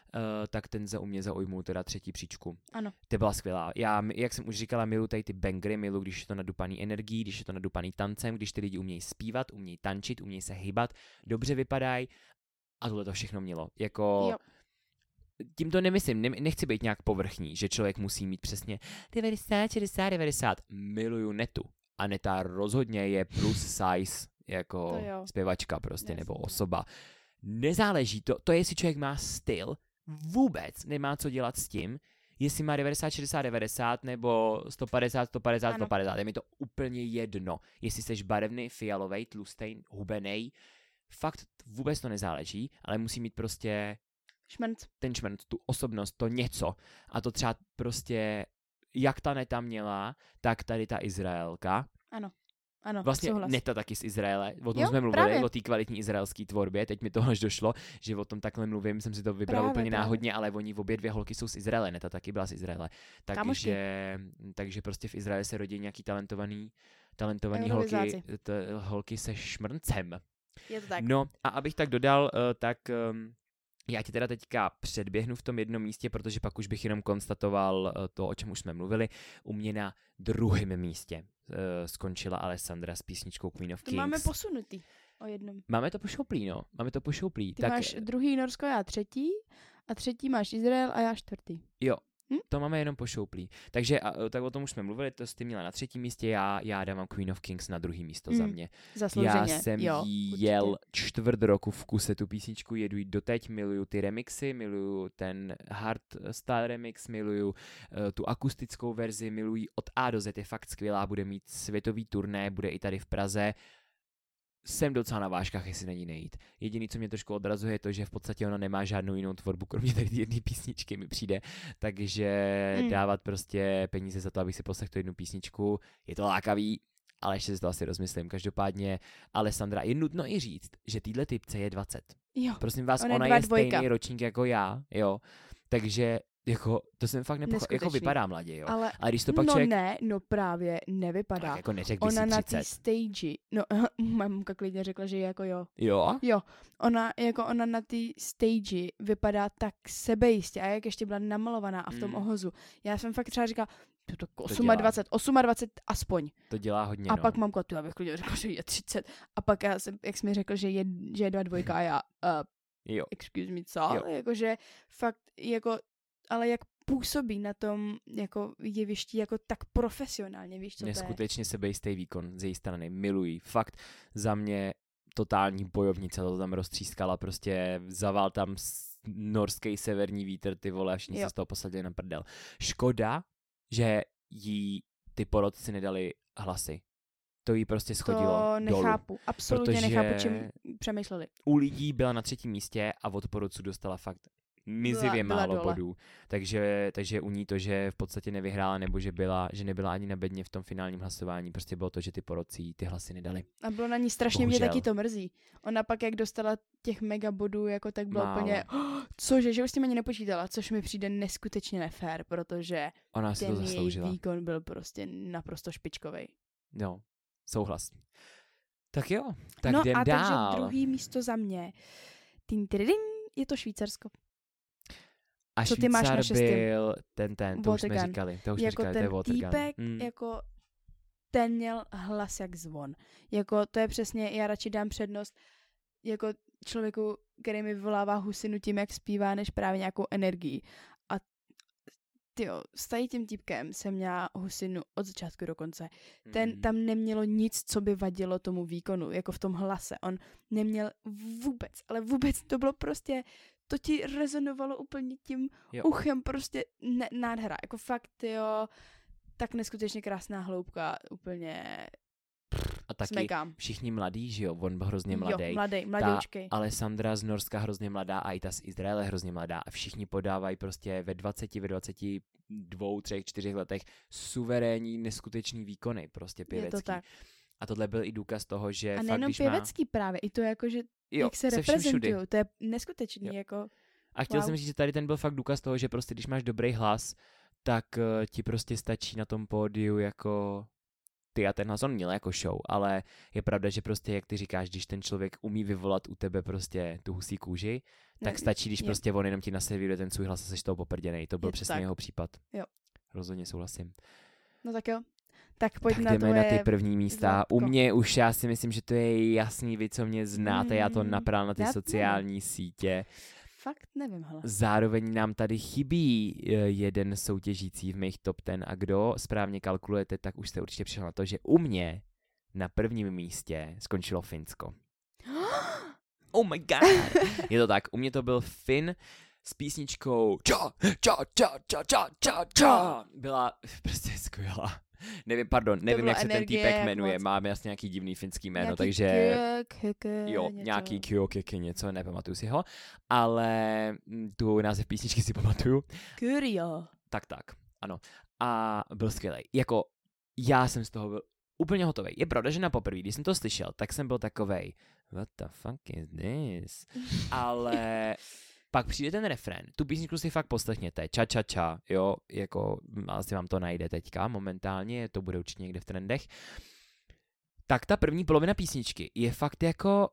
tak ten za u mě zaujmul teda třetí příčku. Ano. To byla skvělá. Já, jak jsem už říkala, miluji tady ty bangry, miluji, když je to nadupaný energií, když je to nadupaný tancem, když ty lidi umějí zpívat, umějí tančit, umějí se hýbat, dobře vypadají a tohle to všechno mělo. Jako... Jo. Tím to nemyslím, ne, nechci být nějak povrchní, že člověk musí mít přesně devadesát, šedesát, devadesát. Miluju Netu. A Neta rozhodně je plus size jako zpěvačka prostě, yes. nebo osoba. Nezáleží to, to je, jestli člověk má styl, vůbec nemá co dělat s tím, jestli má devadesát, šedesát, devadesát nebo sto padesát, sto padesát, ano. sto padesát. Je mi to úplně jedno. Jestli jsi barevný, fialovej, tlustej, hubenej, fakt vůbec to nezáleží, ale musí mít prostě šmrnc. Ten šmrnc, tu osobnost, to něco. A to třeba prostě, jak ta Neta měla, tak tady ta Izraelka. Ano, ano, vlastně souhlas. Neta taky z Izraele. O tom jo, jsme mluvili, právě. o té kvalitní izraelské tvorbě. Teď mi to až došlo, že o tom takhle mluvím, jsem si to vybral právě, úplně právě. náhodně, ale oni obě dvě holky jsou z Izraele. Neta taky byla z Izraele. Takže, takže prostě v Izraeli se rodí nějaký talentovaný, talentovaný holky, t, holky se šmrncem. Je to tak. No a abych tak dodal, uh, tak... Um, já ti teda teďka předběhnu v tom jednom místě, protože pak už bych jenom konstatoval to, o čem už jsme mluvili. U mě na druhém místě uh, skončila Alessandra s písničkou Queen of to Kings. Máme posunutý o jednom. Máme to pošouplý, no. Máme to pošouplý. Ty tak... máš druhý Norsko, já třetí a třetí máš Izrael a já čtvrtý. Jo. Hm? To máme jenom pošouplý. Takže a, tak o tom už jsme mluvili, to jsi měla na třetím místě, já, já dávám Queen of Kings na druhý místo mm. za mě. Zaslouženě. Já jsem jo, jí jel čtvrt roku v kuse tu písničku, jedu jí doteď, miluju ty remixy, miluju ten hardstyle remix, miluju uh, tu akustickou verzi, miluji od A do Z, je fakt skvělá, bude mít světový turné, bude i tady v Praze. Jsem docela na vážkách, jestli na ní nejít. Jediný, co mě trošku odrazuje, je to, že v podstatě ona nemá žádnou jinou tvorbu, kromě tady jedné písničky mi přijde. Takže hmm. dávat prostě peníze za to, abych si poslechl tu jednu písničku, je to lákavý, ale ještě si to asi rozmyslím. Každopádně Alessandra, je nutno i říct, že týhle typce je dvacet. Jo, prosím vás, ona, ona je, je dvojka. stejný ročník jako já, jo. Takže jako, to jsem fakt nepochopil, jako vypadá mladě, jo. Ale, ale když to pak no člověk... ne, no právě nevypadá. Tak jako neřekl by ona si na třicet. té stage, no mamka klidně řekla, že jako jo. Jo? Jo, ona, jako ona na té stage vypadá tak sebejistě a jak ještě byla namalovaná a v tom mm. ohozu. Já jsem fakt třeba říkala, to tak dvacet osm, dvacet osm aspoň. To dělá hodně, A no. pak mamka, tu já bych klidně řekla, že je třicet. A pak já jsem, jak jsi mi řekl, že je, že je dva dvojka a já, uh, jo. excuse me, co? Jakože fakt, jako, ale jak působí na tom jako jevišti jako tak profesionálně, víš, co to je? Neskutečně sebejistý výkon z její strany, miluji. Fakt za mě totální bojovnice, to tam roztřískala, prostě zavál tam norský severní vítr, ty vole, a všichni se z toho posadili na prdel. Škoda, že jí ty porodci nedali hlasy. To jí prostě schodilo To nechápu, dolů, absolutně nechápu, čím přemýšleli. U lidí byla na třetím místě a od porodců dostala fakt mizivě byla, málo byla bodů. Takže, takže u ní to, že v podstatě nevyhrála, nebo že byla, že nebyla ani na bedně v tom finálním hlasování, prostě bylo to, že ty porodci ty hlasy nedali. A bylo na ní strašně, Bohužel. Mě taky to mrzí. Ona pak, jak dostala těch mega bodů, jako tak bylo málo. Úplně, oh, cože, že už s tím ani nepočítala, což mi přijde neskutečně nefér, protože Ona si ten to její výkon byl prostě naprosto špičkovej. No, souhlas. Tak jo, tak no jdem a dál. No a takže druhý místo za mě. Tin, tidin, je to Švýcarsko. A co Švýcar ty máš na šestém? Byl ten, ten, to Watergun. už jsme říkali. To už jako jsme říkali, ten to je Watergun. týpek, mm. jako ten měl hlas jak zvon. Jako to je přesně, já radši dám přednost jako člověku, který mi vyvolává husinu tím, jak zpívá, než právě nějakou energii. A tyjo, s tady tím týpkem jsem měla husinu od začátku do konce. Ten mm. tam nemělo nic, co by vadilo tomu výkonu, jako v tom hlase. On neměl vůbec, ale vůbec to bylo prostě, to ti rezonovalo úplně tím jo. uchem, prostě ne, nádhera. Jako fakt, jo, tak neskutečně krásná hloubka, úplně a taky smekám. Všichni mladí, že jo, on byl hrozně mladý. Jo, mladý, mladoučkej. Ta Alessandra z Norska hrozně mladá a i ta z Izraele hrozně mladá a všichni podávají prostě ve dvaceti, ve dvaceti dvou, třech, čtyřech letech suverénní, neskutečný výkony, prostě pěvecký. Je to tak. A tohle byl i důkaz toho, že a fakt, nejenom když pěvecký má... právě, i to jako, že jo, jak se, se reprezentují, to je neskutečný, jo. jako... A chtěl wow. jsem říct, že tady ten byl fakt důkaz toho, že prostě když máš dobrý hlas, tak uh, ti prostě stačí na tom pódiu jako ty a ten hlas, on měl jako show, ale je pravda, že prostě, jak ty říkáš, když ten člověk umí vyvolat u tebe prostě tu husí kůži, tak Ne, stačí, když je. prostě on jenom ti naservíruje ten svůj hlas a seš toho poprděnej. To byl Je to přesně tak. jeho případ. Jo. Rozhodně souhlasím. No tak jo. Tak pojď Tak na jdeme tvoje... na ty první místa. zlatko. U mě už já si myslím, že to je jasný, vy co mě znáte, já to Mm, napral na ty já sociální sítě. Fakt nevím, hele. Zároveň nám tady chybí eh, jeden soutěžící v mých top ten a kdo správně kalkulujete, tak už jste určitě přišel na to, že u mě na prvním místě skončilo Finsko. Oh my god! Je to tak, u mě to byl Fin s písničkou Ča, ča, ča, ča, ča, ča, ča. Byla prostě skvělá. Nevím, pardon, nevím, bylo jak se ten energie, týpek jak jmenuje, moc. máme asi nějaký divný finský jméno, Nějaký takže... kyk, kyk, Jo, něco. nějaký kyokeky, něco, nepamatuju si ho, ale mm, tu název písničky si pamatuju. Kyrio. Tak, tak, ano. A byl skvělý. Jako, já jsem z toho byl úplně hotový. Je pravda, že na poprvé, když jsem to slyšel, tak jsem byl takovej, what the fuck is this? Ale pak přijde ten refrén, tu písničku si fakt poslechněte, ča ča ča, jo, jako asi vám to najde teďka momentálně, to bude určitě někde v trendech. Tak ta první polovina písničky je fakt jako,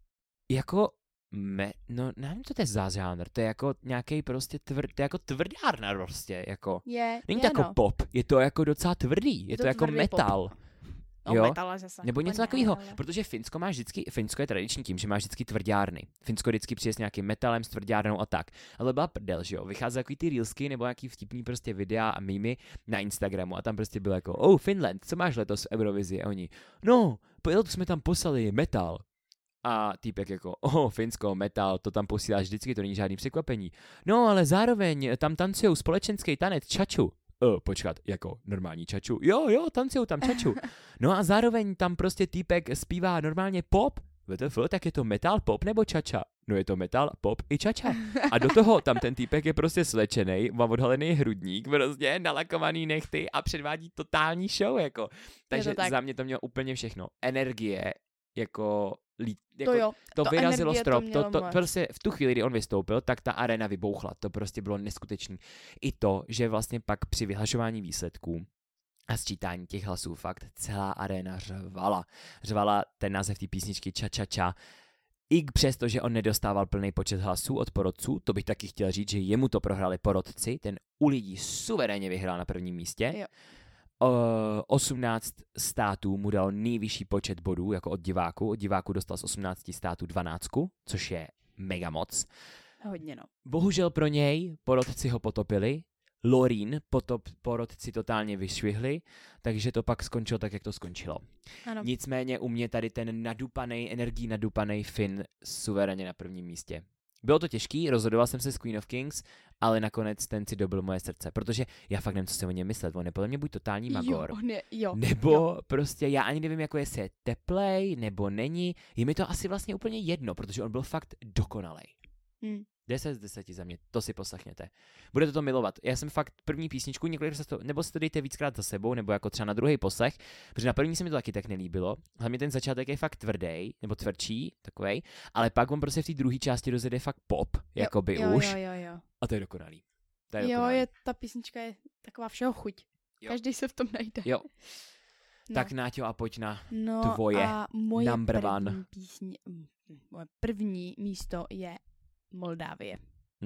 jako, me, no nevím, co to je za žánr, to je jako nějaký prostě tvr, to je jako tvrdárna prostě, jako. Je, Není je to jako no. pop, je to jako docela tvrdý, je, Je to, to jako tvrdý metal. No, Jo? metala zase. Nebo úplně něco ne, takového, ale- protože Finsko má vždycky, Finsko je tradiční tím, že má vždycky tvrdárny. Finsko vždycky přijde s nějakým metalem, s tvrdárnou a tak. Ale byla prdel, že jo, vychází takový ty reelsky nebo nějaký vtipný prostě videa a mýmy na Instagramu a tam prostě bylo jako, oh Finland, co máš letos v Eurovizi? A oni, no, letos jsme tam poslali metal. A týpek jako, oh, Finsko, metal, to tam posíláš vždycky, to není žádný překvapení. No, ale zároveň tam tancujou společenský tanec čaču. Uh, počkat, jako normální čaču. Jo, jo, tancujou tam čaču. No a zároveň tam prostě týpek zpívá normálně pop. W T F, tak je to metal, pop nebo čača? No je to metal, pop i čača. A do toho tam ten týpek je prostě slečenej, má odhalený hrudník, prostě nalakovaný nechty a předvádí totální show, jako. Takže tak. za mě to mělo úplně všechno. Energie, jako... Lí, jako To jo, to, to vyrazilo energie to strop, to, mělo to moc. prostě v tu chvíli, kdy on vystoupil, tak ta arena vybouchla, to prostě bylo neskutečný. I to, že vlastně pak při vyhlašování výsledků a sčítání těch hlasů fakt celá arena řvala. Řvala ten název té písničky Ča Ča Ča. I přesto, že on nedostával plný počet hlasů od porotců, to bych taky chtěl říct, že jemu to prohrali porotci, ten u lidí suverénně vyhrál na prvním místě. Jo. Uh, osmnáct států mu dal nejvyšší počet bodů, jako od diváků. Od diváků dostal z osmnácti států dvanáct, což je mega moc. hodně no. Bohužel pro něj porotci ho potopili, Lorín potop, porotci totálně vyšvihli, takže to pak skončilo tak, jak to skončilo. Ano. Nicméně u mě tady ten nadupanej, energií nadupanej Finn suverénně na prvním místě. Bylo to těžký, rozhodoval jsem se s Queen of Kings, ale nakonec ten si dobil moje srdce, protože já fakt nevím, co si o něm myslet, on je podle mě buď totální magor, Jo, on je, jo. nebo jo. prostě já ani nevím, jako jestli je teplej, nebo není, je mi to asi vlastně úplně jedno, protože on byl fakt dokonalej. Hm. deset z deseti za mě, to si poslechněte. Budete to milovat. Já jsem fakt první písničku, několikrát se to, nebo si to dejte víckrát za sebou, nebo jako třeba na druhý poslech, protože na první se mi to taky tak nelíbilo. Hlavně ten začátek je fakt tvrdý, nebo tvrdší, takovej, ale pak on prostě v té druhé části rozjede fakt pop, jakoby jo, už, Jo, jo, jo. a to je dokonalý. To je Jo, dokonalý. je, ta písnička je taková všeho chuť. Jo. Každý se v tom najde. Jo. No. Tak Náťo, a pojď na no tvoje a moje number první one. písně, mm, moje první místo je Moldávie.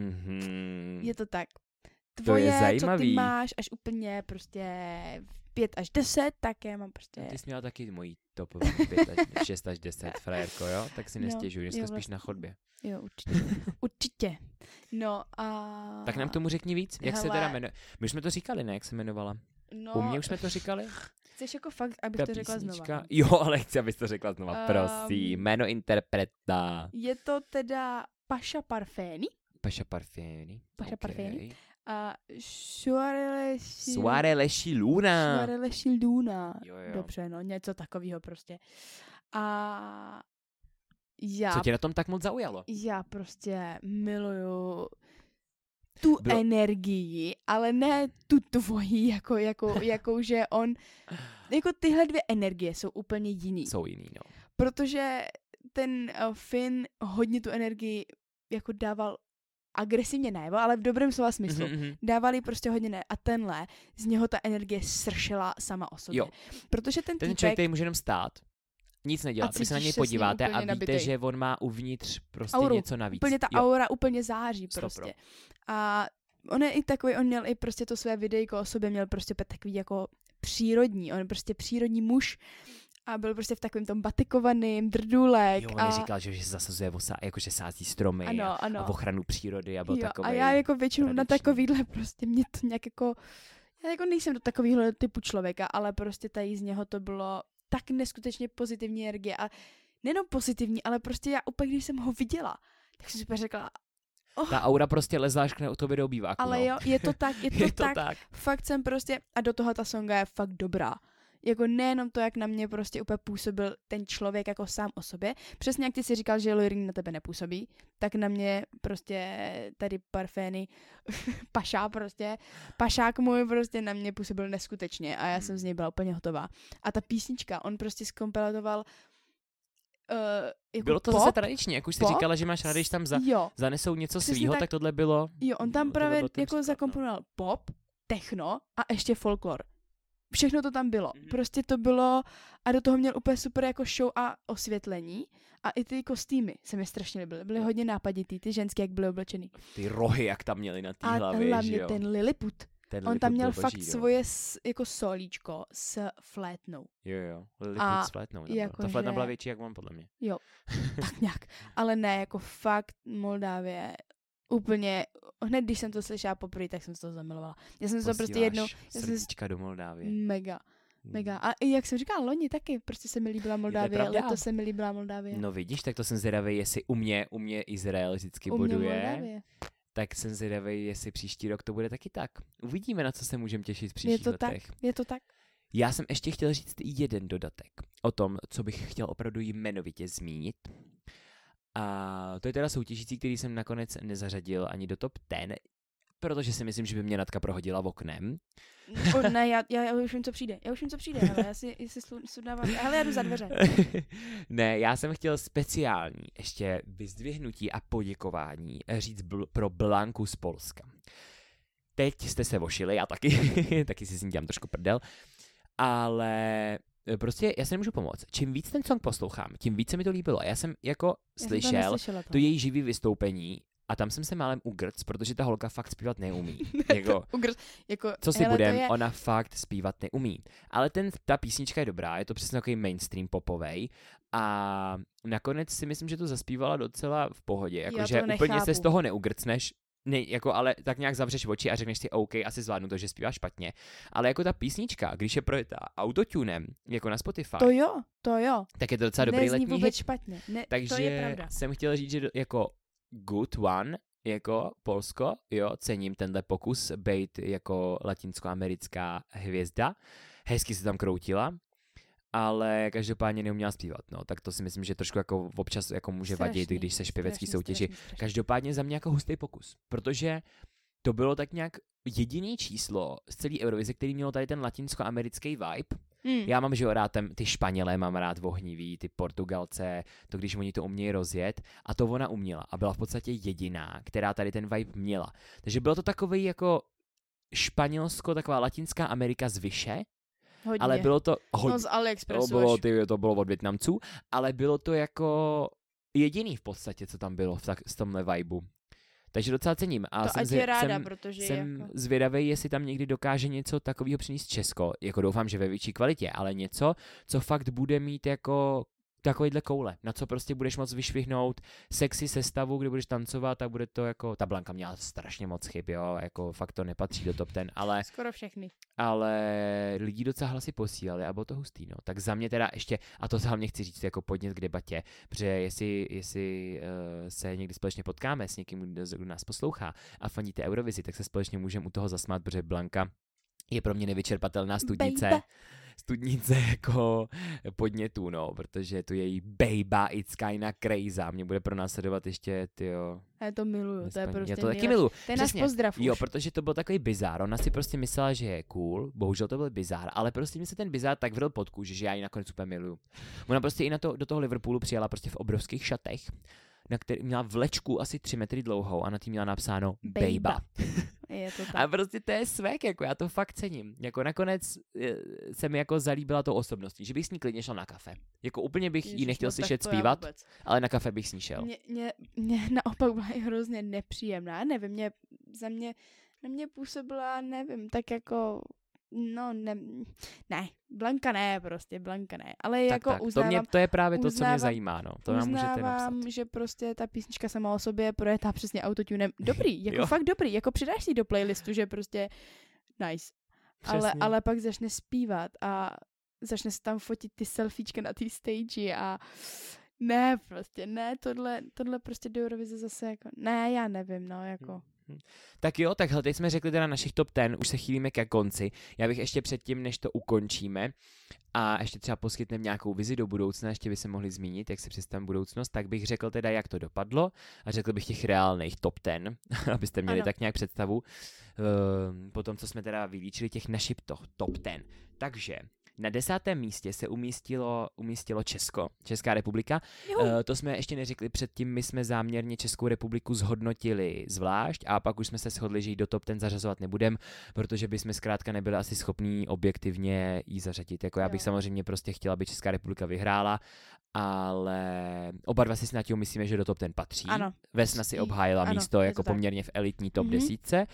Mhm. Je to tak. To je Tvoje, co zajímavý. ty máš až úplně prostě pět až deset, tak já mám prostě... Ty jsi měla taky mojí topovou pět až šest až deset, frajerko, jo? Tak si No, nestěžuj, dneska jo, spíš vlastně. na chodbě. Jo, určitě. Určitě. No a... Tak nám tomu řekni víc, jak se Hele. teda jmenuje. My už jsme to říkali, ne, jak se jmenovala. No, U mě už jsme to říkali? chceš jako fakt, abych Ta to řekla písnička? znova. Jo, ale chci, abys to řekla znova, Um, prosím. Jméno interpreta. Je to teda Pasha Parfény Pasha Parfény. Pasha okay. Parfény. a Suarele... Suare Leši Luna. Suarele Shilduna. Jo, jo. Dobře, no, něco takového prostě. A já, Co tě na tom tak moc zaujalo? já prostě miluju tu Bylo- energii, ale ne tu tvoji, jako, jako, jako že on, jako tyhle dvě energie jsou úplně jiný. Jsou jiný, no. Protože ten uh, Finn hodně tu energii jako dával agresivně najevo, ale v dobrém slova smyslu. Mm-hmm. Dávali prostě hodně ne. A tenhle, z něho ta energie sršela sama o sobě. Jo. Protože ten, Ten týpek... člověk tady může jenom stát, nic nedělat, vy se na něj podíváte a víte, nabitej. že on má uvnitř prostě Auru. něco navíc. Úplně ta jo. aura úplně září Stopro. prostě. A on je i takový, on měl i prostě to své videjko o sobě, měl prostě takový jako přírodní, on je prostě přírodní muž a byl prostě v takovém tom batikovaným, drdulek. Jo, on a... říkal, že se zasazuje, jakože sází stromy ano, a, ano. a v ochranu přírody a byl jo, takovej a já jako většinou tradiční. na takovýhle prostě mě to nějak jako, já jako nejsem do takovýhle typu člověka, ale prostě tady z něho to bylo tak neskutečně pozitivní energie a nejenom pozitivní, ale prostě já úplně, když jsem ho viděla, tak jsem si úplně řekla, oh, Ta aura prostě lezla až k tobě do obýváku. ale no. jo, je to tak, je to, je to tak, tak. fakt jsem prostě, a do toho ta songa je fakt dobrá. Jako nejenom to, jak na mě prostě úplně působil ten člověk jako sám o sobě. Přesně jak ty si říkal, že Lil Ring na tebe nepůsobí, tak na mě prostě tady parfény, pašá prostě, pašák můj prostě na mě působil neskutečně a já jsem z něj byla úplně hotová. A ta písnička, on prostě zkompiloval uh, jako Bylo to pop, zase tradičně, jak už jsi pop, říkala, že máš rád, když tam za, jo, zanesou něco Přesně svýho, tak, tak. tak tohle bylo... jo, on tam tohle právě byl ten jako příklad, zakomponoval pop, techno a ještě folklor. Všechno to tam bylo. Mhm. Prostě to bylo a do toho měl úplně super jako show a osvětlení a i ty kostýmy se mi strašně líbily. Byly hodně nápaditý, ty ženské, jak byly oblečený. Ty rohy, jak tam měli na té A hlavě, že hlavně jo. ten Lilliput. Ten On Lilliput tam měl byl fakt boží, jo. svoje s, jako solíčko s flétnou. Jo, jo, Lilliput A s flétnou. tam jako byl. Ta flétna že- byla větší, jak on, podle mě. Tak nějak. Ale ne, jako fakt Moldávie úplně, hned když jsem to slyšela poprvé, tak jsem se to zamilovala. Já jsem se to prostě jednou, já jsem se- srdíčka do Moldávie. mega, mega. A i jak jsem říkala, loni taky, prostě se mi líbila Moldávie, pravda. letos se mi líbila Moldávie. No vidíš, tak to jsem zvědavý, jestli u mě, u mě Izrael vždycky U mě boduje, Moldávie. tak jsem zvědavý, jestli příští rok to bude taky tak. Uvidíme, na co se můžeme těšit v Je příštích to tak, letech. je to tak. Já jsem ještě chtěl říct jeden dodatek o tom, co bych chtěl opravdu jmenovitě zmínit. A to je teda soutěžící, který jsem nakonec nezařadil ani do top deset, protože si myslím, že by mě Natka prohodila v oknem. O, ne, já, já, já už vím, co přijde. Já už vím, co přijde, ale já si, si sudávám. Hele, já jdu za dveře. Ne, já jsem chtěl speciální ještě vyzdvihnutí a poděkování říct bl- pro Blanku z Polska. Teď jste se vošili, já taky, taky si s ní dělám trošku prdel, ale prostě já se nemůžu pomoct. Čím víc ten song poslouchám, tím víc se mi to líbilo. Já jsem jako Já slyšel jsem to neslyšela to její živý vystoupení a tam jsem se málem ugrc, protože ta holka fakt zpívat neumí. jako, Ugr, jako, co si hele, budem, to je, ona fakt zpívat neumí. Ale ten, ta písnička je dobrá, je to přesně takový mainstream popovej a nakonec si myslím, že to zaspívala docela v pohodě. Já Jakože to úplně se nechápu. z toho neugrcneš, ne, jako, ale tak nějak zavřeš oči a řekneš si OK, asi zvládnu to, že zpíváš špatně. Ale jako ta písnička, když je projetá autotunem, jako na Spotify, to jo, to jo. tak je to docela dobrý Nezní letní vůbec hit. špatně. Ne, Takže to je pravda. jsem chtěl říct, že do, jako good one, jako Polsko, jo, cením tenhle pokus být jako latinskoamerická hvězda. Hezky se tam kroutila, ale každopádně neuměla zpívat, no, tak to si myslím, že trošku jako občas jako může Strašný, vadit, když seš v pěvecký strašný, soutěži. strašný, strašný. Každopádně za mě jako hustý pokus, protože to bylo tak nějak jediný číslo z celé Eurovize, který mělo tady ten latinskoamerický vibe. Hmm. Já mám, že jo, rád ten, ty Španělé mám rád ohnivý, ty Portugalce, to když oni to umějí rozjet a to ona uměla a byla v podstatě jediná, která tady ten vibe měla. Takže bylo to takový jako Španělsko, taková Latinská Amerika z vyše, Hodně. ale bylo to hodně. No z To AliExpressu bylo, až. ty, to bylo od Vietnamců, ale bylo to jako jediný v podstatě, co tam bylo v, tak, z tomhle vibeu. Takže docela cením. A To jsem, ať zve, je ráda, jsem, protože jsem jako... zvědavý, jestli tam někdy dokáže něco takového přinést Česko. Jako doufám, že ve větší kvalitě, ale něco, co fakt bude mít jako takovýhle koule, na co prostě budeš moc vyšvihnout sexy sestavu, kdy budeš tancovat a bude to jako, ta Blanka měla strašně moc chyb, jo, jako fakt to nepatří do top ten, ale, Skoro všechny. ale lidi docela hlasy posílali a bylo to hustý, no. Tak za mě teda ještě, a to hlavně chci říct jako podnět k debatě, protože jestli, jestli uh, se někdy společně potkáme s někým, kdo, kdo nás poslouchá a faníte Eurovizi, tak se společně můžeme u toho zasmát, protože Blanka je pro mě nevyčerpatelná studnice. Baby. studnice jako podnětů, no, protože tu její Bejba, It's kinda crazy, mě bude pronásledovat ještě, tyjo. Já to miluju, to je prostě Já to taky nejlepší. miluju. To je náš Přesně. pozdrav Jo, už. protože to byl takový bizár, ona si prostě myslela, že je cool, bohužel to byl bizár, ale prostě mi se ten bizár tak vrl pod kůži, že já ji nakonec úplně miluju. Ona prostě i na to, do toho Liverpoolu přijela prostě v obrovských šatech, na který měla vlečku asi tři metry dlouhou a na tým měla napsáno Bejba. Bejba. Je to tak. A prostě to je svek, jako já to fakt cením. Jako nakonec e, se mi jako zalíbila tou osobností, že bych s ní klidně šel na kafe. Jako úplně bych jí nechtěl slyšet zpívat, ale na kafe bych s ní šel. Mě, mě, mě naopak byla i hrozně nepříjemná, nevím, mě, za mě, na mě působila, nevím, tak jako, no ne, ne, Blanka ne, prostě Blanka ne, ale tak, jako tak, uznávám. To, mě, to je právě to, uznávám, co mě zajímá, no. To nám můžete napsat. Že prostě ta písnička sama o sobě projetá přesně autotunem. Dobrý, jako fakt dobrý, jako přidáš si do playlistu, že prostě nice. Ale, ale pak začne zpívat a začne se tam fotit ty selfiečka na té stage a ne, prostě ne, tohle, tohle prostě do Eurovize zase jako, ne, já nevím, no, jako. Tak jo, tak teď jsme řekli teda našich top ten, už se chýlíme ke konci. Já bych ještě předtím, než to ukončíme a ještě třeba poskytneme nějakou vizi do budoucna, ještě by se mohli zmínit, jak si představím budoucnost, tak bych řekl teda, jak to dopadlo a řekl bych těch reálných top ten, abyste měli ano. tak nějak představu. Po tom, co jsme teda vylíčili těch našich top ten. Takže na desátém místě se umístilo, umístilo Česko, Česká republika. Uh, to jsme ještě neřekli předtím, my jsme záměrně Českou republiku zhodnotili zvlášť a pak už jsme se shodli, že ji do top ten zařazovat nebudem, protože bychom zkrátka nebyli asi schopní objektivně ji zařadit. Jako já bych jo. samozřejmě prostě chtěla, aby Česká republika vyhrála, ale oba dva si s Natějou myslíme, že do top ten patří. Ano. Vesna si obhájila ano, místo jako poměrně v elitní top mm-hmm. desítce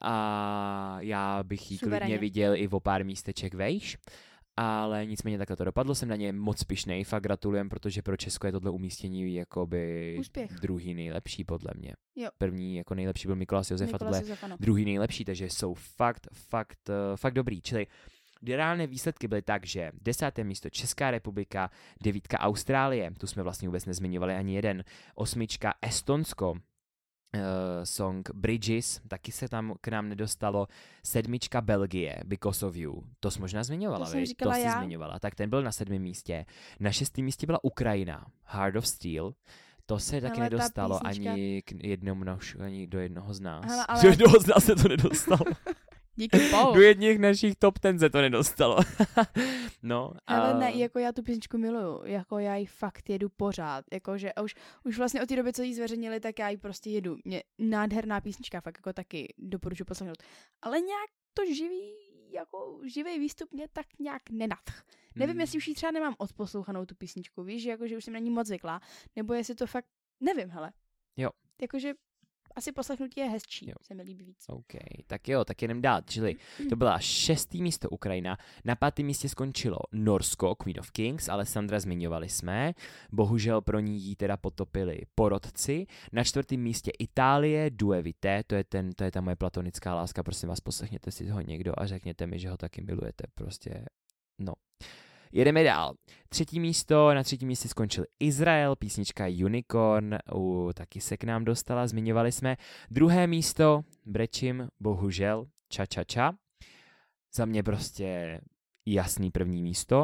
a já bych ji Suverénně. klidně viděl i o pár místeček vejš. Ale nicméně takhle to dopadlo, jsem na ně moc pyšnej, fakt gratulujem, protože pro Česko je tohle umístění jakoby úspěch. Druhý nejlepší podle mě. Jo. První jako nejlepší byl Mikolas Josef a tohle Josef, druhý nejlepší, takže jsou fakt, fakt, uh, fakt dobrý. Čili reálné výsledky byly tak, že desáté místo Česká republika, devítka Austrálie, tu jsme vlastně vůbec nezmiňovali ani jeden, osmička Estonsko, Uh, song Bridges, taky se tam k nám nedostalo, sedmička Belgie, Because of You, to jsi možná zmiňovala, to, jsem říkala to jsi já. zmiňovala, tak ten byl na sedmém místě, na šestém místě byla Ukrajina, Heart of Steel, to se taky Hele, nedostalo ani k jednomu naš, ani do jednoho z nás, Hele, ale... do jednoho z nás se to nedostalo. Díky bohu. Do jedních našich top ten se to nedostalo. No. Ale a... ne, jako já tu písničku miluju, jako já ji fakt jedu pořád, jakože už, už vlastně od té doby, co ji zveřejnili, tak já ji prostě jedu. Mě nádherná písnička, fakt jako taky doporučuji poslechnout. Ale nějak to živý, jako živý výstup mě tak nějak nenadch. Hmm. Nevím, jestli už ji třeba nemám odposlouchanou tu písničku, víš, že, jako, že už jsem na ní moc zvyklá, nebo jestli to fakt, nevím, hele. Jo. Jakože asi poslechnutí je hezčí, jo. se mi líbí víc. OK, tak jo, tak jdem dál. Čili to byla šestý místo Ukrajina, na pátém místě skončilo Norsko, Queen of Kings, Alessandra zmiňovali jsme, bohužel pro ní jí teda potopili porodci, na čtvrtém místě Itálie, Due Vite, to je, ten, to je ta moje platonická láska, prosím vás, poslechněte si ho někdo a řekněte mi, že ho taky milujete, prostě, no. Jedeme dál. Třetí místo, na třetím místě skončil Izrael, písnička Unicorn, u, taky se k nám dostala, zmiňovali jsme. Druhé místo, brečím, bohužel, ča ča ča. Za mě prostě jasný první místo.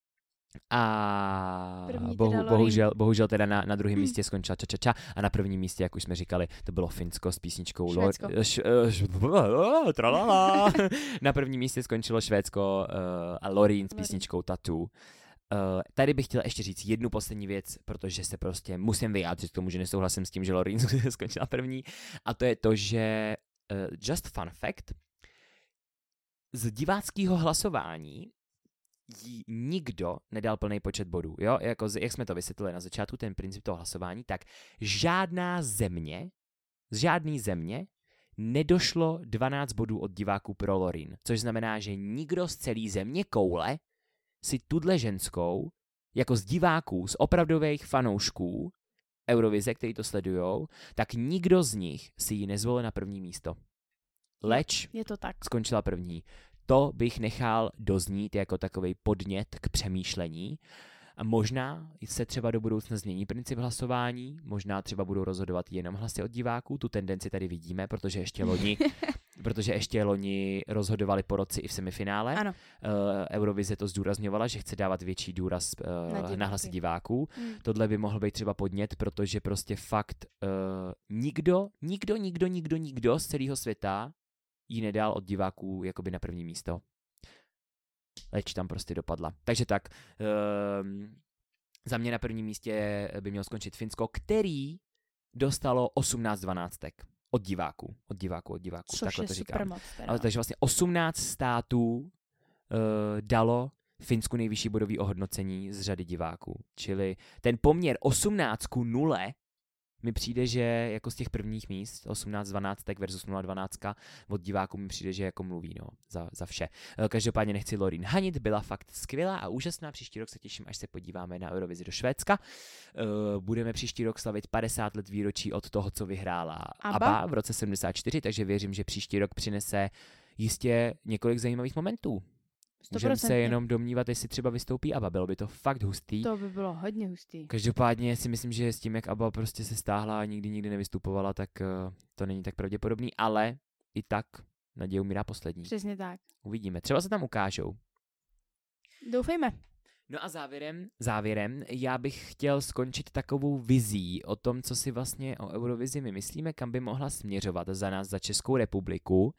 A bohu, bohužel, bohužel teda na, na druhém místě skončila ča ča ča a na prvním místě, jak už jsme říkali, to bylo Finsko s písničkou Švédsko. Lord, š, š, tralala. Na prvním místě skončilo Švédsko uh, a Loreen s písničkou Tattoo. Uh, tady bych chtěla ještě říct jednu poslední věc, protože se prostě musím vyjádřit k tomu, že nesouhlasím s tím, že Loreen skončila první, a to je to, že uh, just fun fact, z diváckého hlasování jí nikdo nedal plný počet bodů, jo, jako z, jak jsme to vysvětlili na začátku, ten princip toho hlasování, tak žádná země, z žádné země nedošlo dvanáct bodů od diváků pro Loreen, což znamená, že nikdo z celé země koule si tudle ženskou, jako z diváků, z opravdových fanoušků Eurovize, kteří to sledujou, tak nikdo z nich si ji nezvolil na první místo. Leč je to tak. Skončila první. To bych nechal doznít jako takovej podnět k přemýšlení. A možná se třeba do budoucna změní princip hlasování, možná třeba budou rozhodovat jenom hlasy od diváků, tu tendenci tady vidíme, protože ještě loni, protože ještě loni rozhodovali porotci i v semifinále. Ano. Uh, Eurovize to zdůrazňovala, že chce dávat větší důraz uh, na, na hlasy diváků. Hmm. Tohle by mohl být třeba podnět, protože prostě fakt uh, nikdo, nikdo, nikdo, nikdo, nikdo z celého světa jí nedal od diváků jakoby na první místo. Leč tam prostě dopadla. Takže tak, um, za mě na prvním místě by mělo skončit Finsko, který dostalo osmnáct dvanáctek od diváků, od diváků, od diváků. Což takhle je to super říkám. moc. Teda. Ale takže vlastně osmnáct států uh, dalo Finsku nejvyšší bodové ohodnocení z řady diváků. Čili ten poměr osmnáct ku nule mi přijde, že jako z těch prvních míst, osmnáct dvanáct versus nula dvanáct od diváků mi přijde, že jako mluví, no, za, za vše. Každopádně nechci Lorín hanit, byla fakt skvělá a úžasná. Příští rok se těším, až se podíváme na Eurovizi do Švédska. Budeme příští rok slavit padesát let výročí od toho, co vyhrála ABBA, ABBA v roce sedmdesát čtyři, takže věřím, že příští rok přinese jistě několik zajímavých momentů. Můžeme se jenom domnívat, jestli třeba vystoupí ABBA, bylo by to fakt hustý. To by bylo hodně hustý. Každopádně si myslím, že s tím, jak ABBA prostě se stáhla a nikdy nikdy nevystupovala, tak uh, to není tak pravděpodobný, ale i tak naděje umírá poslední. Přesně tak. Uvidíme, třeba se tam ukážou. Doufejme. No a závěrem, závěrem, já bych chtěl skončit takovou vizí o tom, co si vlastně o Eurovizi my myslíme, kam by mohla směřovat za nás, za Českou republiku.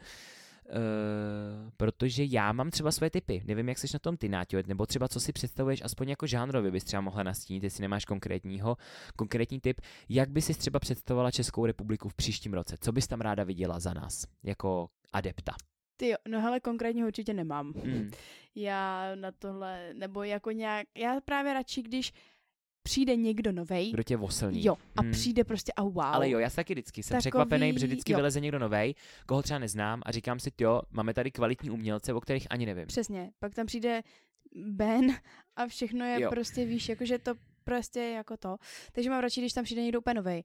Uh, protože já mám třeba svoje tipy. Nevím, jak seš na tom ty, Náťo, nebo třeba co si představuješ aspoň jako žánrově bys třeba mohla nastínit, jestli nemáš konkrétního, konkrétní tip. Jak bys si třeba představovala Českou republiku v příštím roce? Co bys tam ráda viděla za nás, jako adepta? Ty jo, no hele, konkrétně určitě nemám. Mm. Já na tohle, nebo jako nějak, já právě radši, když přijde někdo novej. Kdo tě vosilní. Jo, a hmm. přijde prostě a wow. Ale jo, já se taky vždycky jsem Takový, překvapený, protože vždycky jo. vyleze někdo novej, koho třeba neznám a říkám si, jo, máme tady kvalitní umělce, o kterých ani nevím. Přesně, pak tam přijde Ben a všechno je jo. prostě, víš, jakože to prostě jako to. Takže mám radši, když tam přijde někdo úplně novej.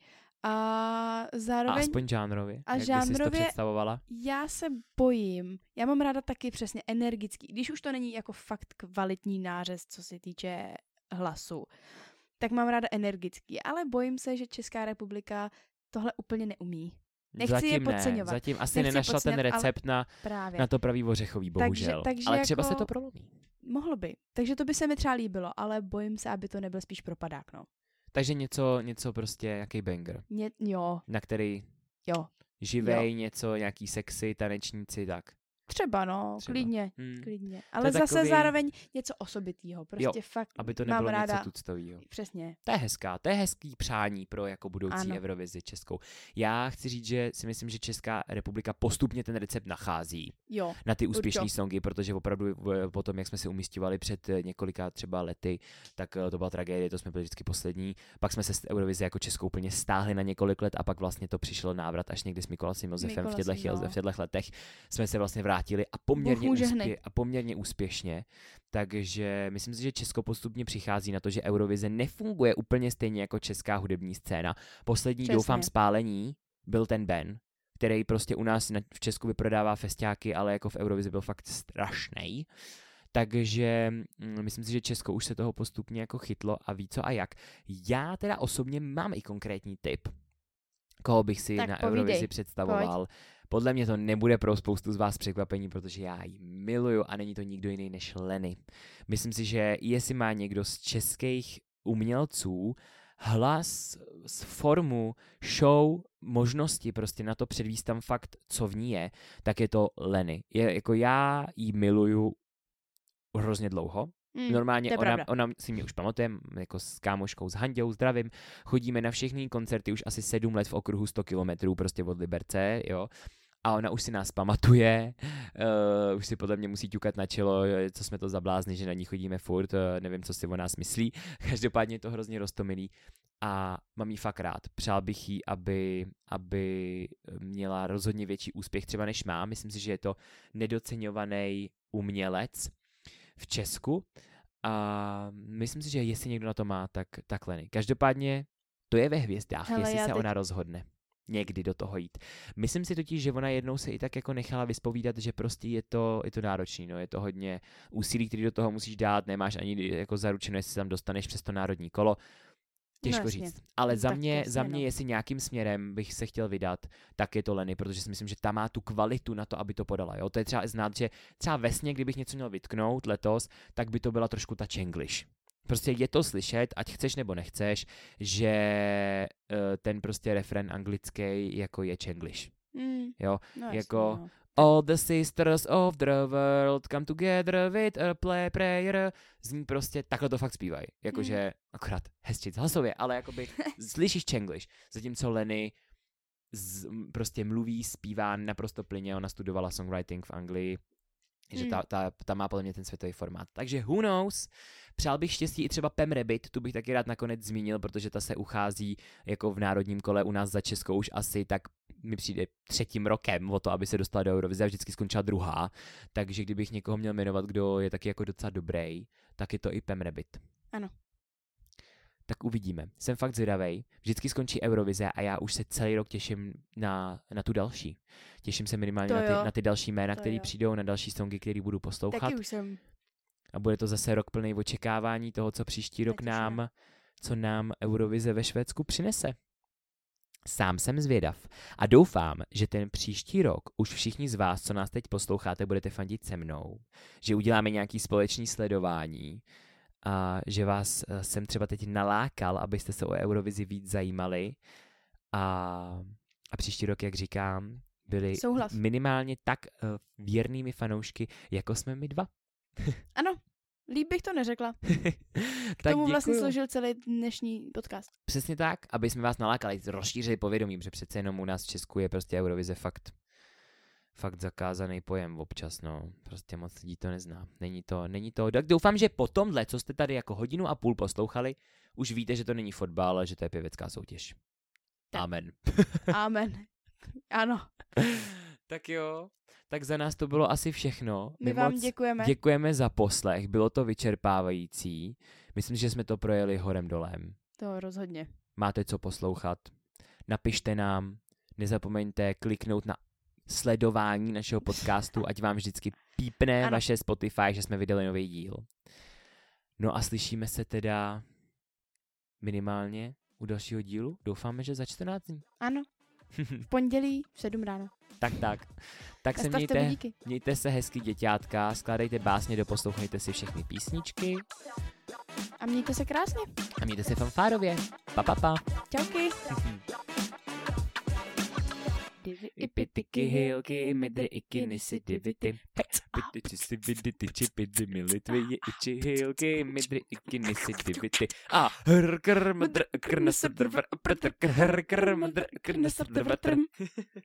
A zároveň... A aspoň žánrově, a jak žánrově, bys si to představovala? Já se bojím, já mám ráda taky přesně energický, když už to není jako fakt kvalitní nářez, co se týče hlasu, tak mám ráda energický, ale bojím se, že Česká republika tohle úplně neumí. Nechci zatím je podceňovat. Ne, zatím asi Nechci nenašla ten recept na, na to pravý ořechový, bohužel. Takže, takže ale třeba jako... se to prolomí. Mohlo by. Takže to by se mi třeba líbilo, ale bojím se, aby to nebyl spíš propadák, no. Takže něco, něco prostě, jaký banger. Ně, jo. Na který jo. živej, jo. něco, nějaký sexy, tanečníci, tak. Třeba, no, Třeba. klidně, hmm. klidně. Ale zase takový... zároveň něco osobitýho, prostě jo, fakt aby to mám nebylo ráda... něco tuctovýho. Přesně. To je hezká, to je hezký přání pro jako budoucí ano. Eurovizi českou. Já chci říct, že si myslím, že Česká republika postupně ten recept nachází jo, na ty úspěšné určo. songy, protože opravdu po tom, jak jsme se umisťovali před několika třeba lety, tak to byla tragédie, to jsme byli vždycky poslední. Pak jsme se z Eurovize jako Českou úplně stáhli na několik let a pak vlastně to přišel návrat až někdy s Mikolasem Josefem v těchto no. letech. Jsme se vlastně vrátili a poměrně Úspě- a poměrně úspěšně, takže myslím si, že Česko postupně přichází na to, že Eurovize nefunguje úplně stejně jako česká hudební scéna. Poslední, Přesně. doufám, spálení byl ten Ben, který prostě u nás v Česku vyprodává festiáky, ale jako v Eurovizi byl fakt strašnej. Takže mm, myslím si, že Česko už se toho postupně jako chytlo a ví co a jak. Já teda osobně mám i konkrétní tip, koho bych si tak na povídej. Eurovizi představoval. Pojď. Podle mě to nebude pro spoustu z vás překvapení, protože já ji miluju a není to nikdo jiný než Leny. Myslím si, že jestli má někdo z českých umělců hlas, z formu, show, možnosti prostě na to předvíst tam fakt, co v ní je, tak je to Leny. Je, jako já ji miluju hrozně dlouho. Mm, Normálně ona, ona si mě už pamatuje, jako s kámoškou, s Hanďou, zdravím, chodíme na všechny koncerty už asi sedm let v okruhu sto kilometrů prostě od Liberce, jo. A ona už si nás pamatuje, uh, už si podle mě musí ťukat na čelo, co jsme to za blázni, že na ní chodíme furt, uh, nevím, co si o nás myslí. Každopádně je to hrozně roztomilý a mám jí fakt rád. Přál bych jí, aby, aby měla rozhodně větší úspěch třeba než má. Myslím si, že je to nedoceňovaný umělec v Česku a myslím si, že jestli někdo na to má, tak, tak Leny. Každopádně to je ve hvězdách, Hele, jestli se teď... ona rozhodne někdy do toho jít. Myslím si totiž, že ona jednou se i tak jako nechala vyspovídat, že prostě je to, je to náročný, no, je to hodně úsilí, který do toho musíš dát, nemáš ani jako zaručeno, jestli se tam dostaneš přes to národní kolo. Těžko no, říct. Ale no, za mě, jasně, za mě, no. jestli nějakým směrem bych se chtěl vydat, tak je to Leny, protože si myslím, že ta má tu kvalitu na to, aby to podala. Jo? To je třeba znát, že třeba ve sně, kdybych něco měl vytknout letos, tak by to byla trošku ta Čenglish. Prostě je to slyšet, ať chceš nebo nechceš, že uh, ten prostě refren anglický jako je Čenglish. Mm, jo, no, jako jasně, All the sisters of the world come together with a play prayer. Zní prostě, takhle to fakt zpívají. Jakože, hmm. akorát hezčit hlasově, ale jakoby slyšíš Čenglish. Zatímco Lenny z, prostě mluví, zpívá naprosto plyně, ona studovala songwriting v Anglii, že ta, ta, ta má podle mě ten světový formát. Takže who knows, přál bych štěstí i třeba Pam Rabbit, tu bych taky rád nakonec zmínil, protože ta se uchází jako v národním kole u nás za Českou už asi tak mi přijde třetím rokem o to, aby se dostala do Eurovize a vždycky skončila druhá, takže kdybych někoho měl jmenovat, kdo je taky jako docela dobrý, tak je to i Pam Rabbit. Ano. Tak uvidíme. Jsem fakt zvědavej. Vždycky skončí Eurovize a já už se celý rok těším na, na tu další. Těším se minimálně na ty, na ty další jména, které přijdou, na další songy, které budu poslouchat. Taky už jsem. A bude to zase rok plný očekávání toho, co příští rok nám, co nám Eurovize ve Švédsku přinese. Sám jsem zvědav a doufám, že ten příští rok už všichni z vás, co nás teď posloucháte, budete fandit se mnou, že uděláme nějaký společný sledování, a že vás jsem třeba teď nalákal, abyste se o Eurovizi víc zajímali a, a příští rok, jak říkám, byli Souhlas. minimálně tak uh, věrnými fanoušky, jako jsme my dva. Ano, líp bych to neřekla. K tak tomu děkuju. vlastně složil celý dnešní podcast. Přesně tak, aby jsme vás nalákali, rozšířili povědomí, protože přece jenom u nás v Česku je prostě Eurovize fakt fakt zakázaný pojem občas, no. Prostě moc lidí to nezná. Není to, není to. Tak doufám, že po tomhle, co jste tady jako hodinu a půl poslouchali, už víte, že to není fotbal, ale že to je pěvecká soutěž. Tak. Amen. Amen. Ano. Tak jo. Tak za nás to bylo asi všechno. My, My vám děkujeme. Děkujeme za poslech, bylo to vyčerpávající. Myslím, že jsme to projeli horem dolem. To rozhodně. Máte co poslouchat. Napište nám. Nezapomeňte kliknout na sledování našeho podcastu, ať vám vždycky pípne ano. vaše Spotify, že jsme vydali nový díl. No a slyšíme se teda minimálně u dalšího dílu. Doufáme, že za čtrnáct dní. Ano. V pondělí v sedm ráno. Tak, tak. Tak se mějte, mějte se hezky, děťátka, skládejte básně, doposlouchejte si všechny písničky. A mějte se krásně. A mějte se fanfárově. Pa, pa, pa. Čauky. I pitiky, hilky, midry, iky, nisy, divity. Pity, čisy, vidity, čipity, militví, iči, hilky, midry, iky, nisy, divity. A hrkr, mdr, krnesr, drvr, prtr, hrkr, mdr, krnesr, drvr.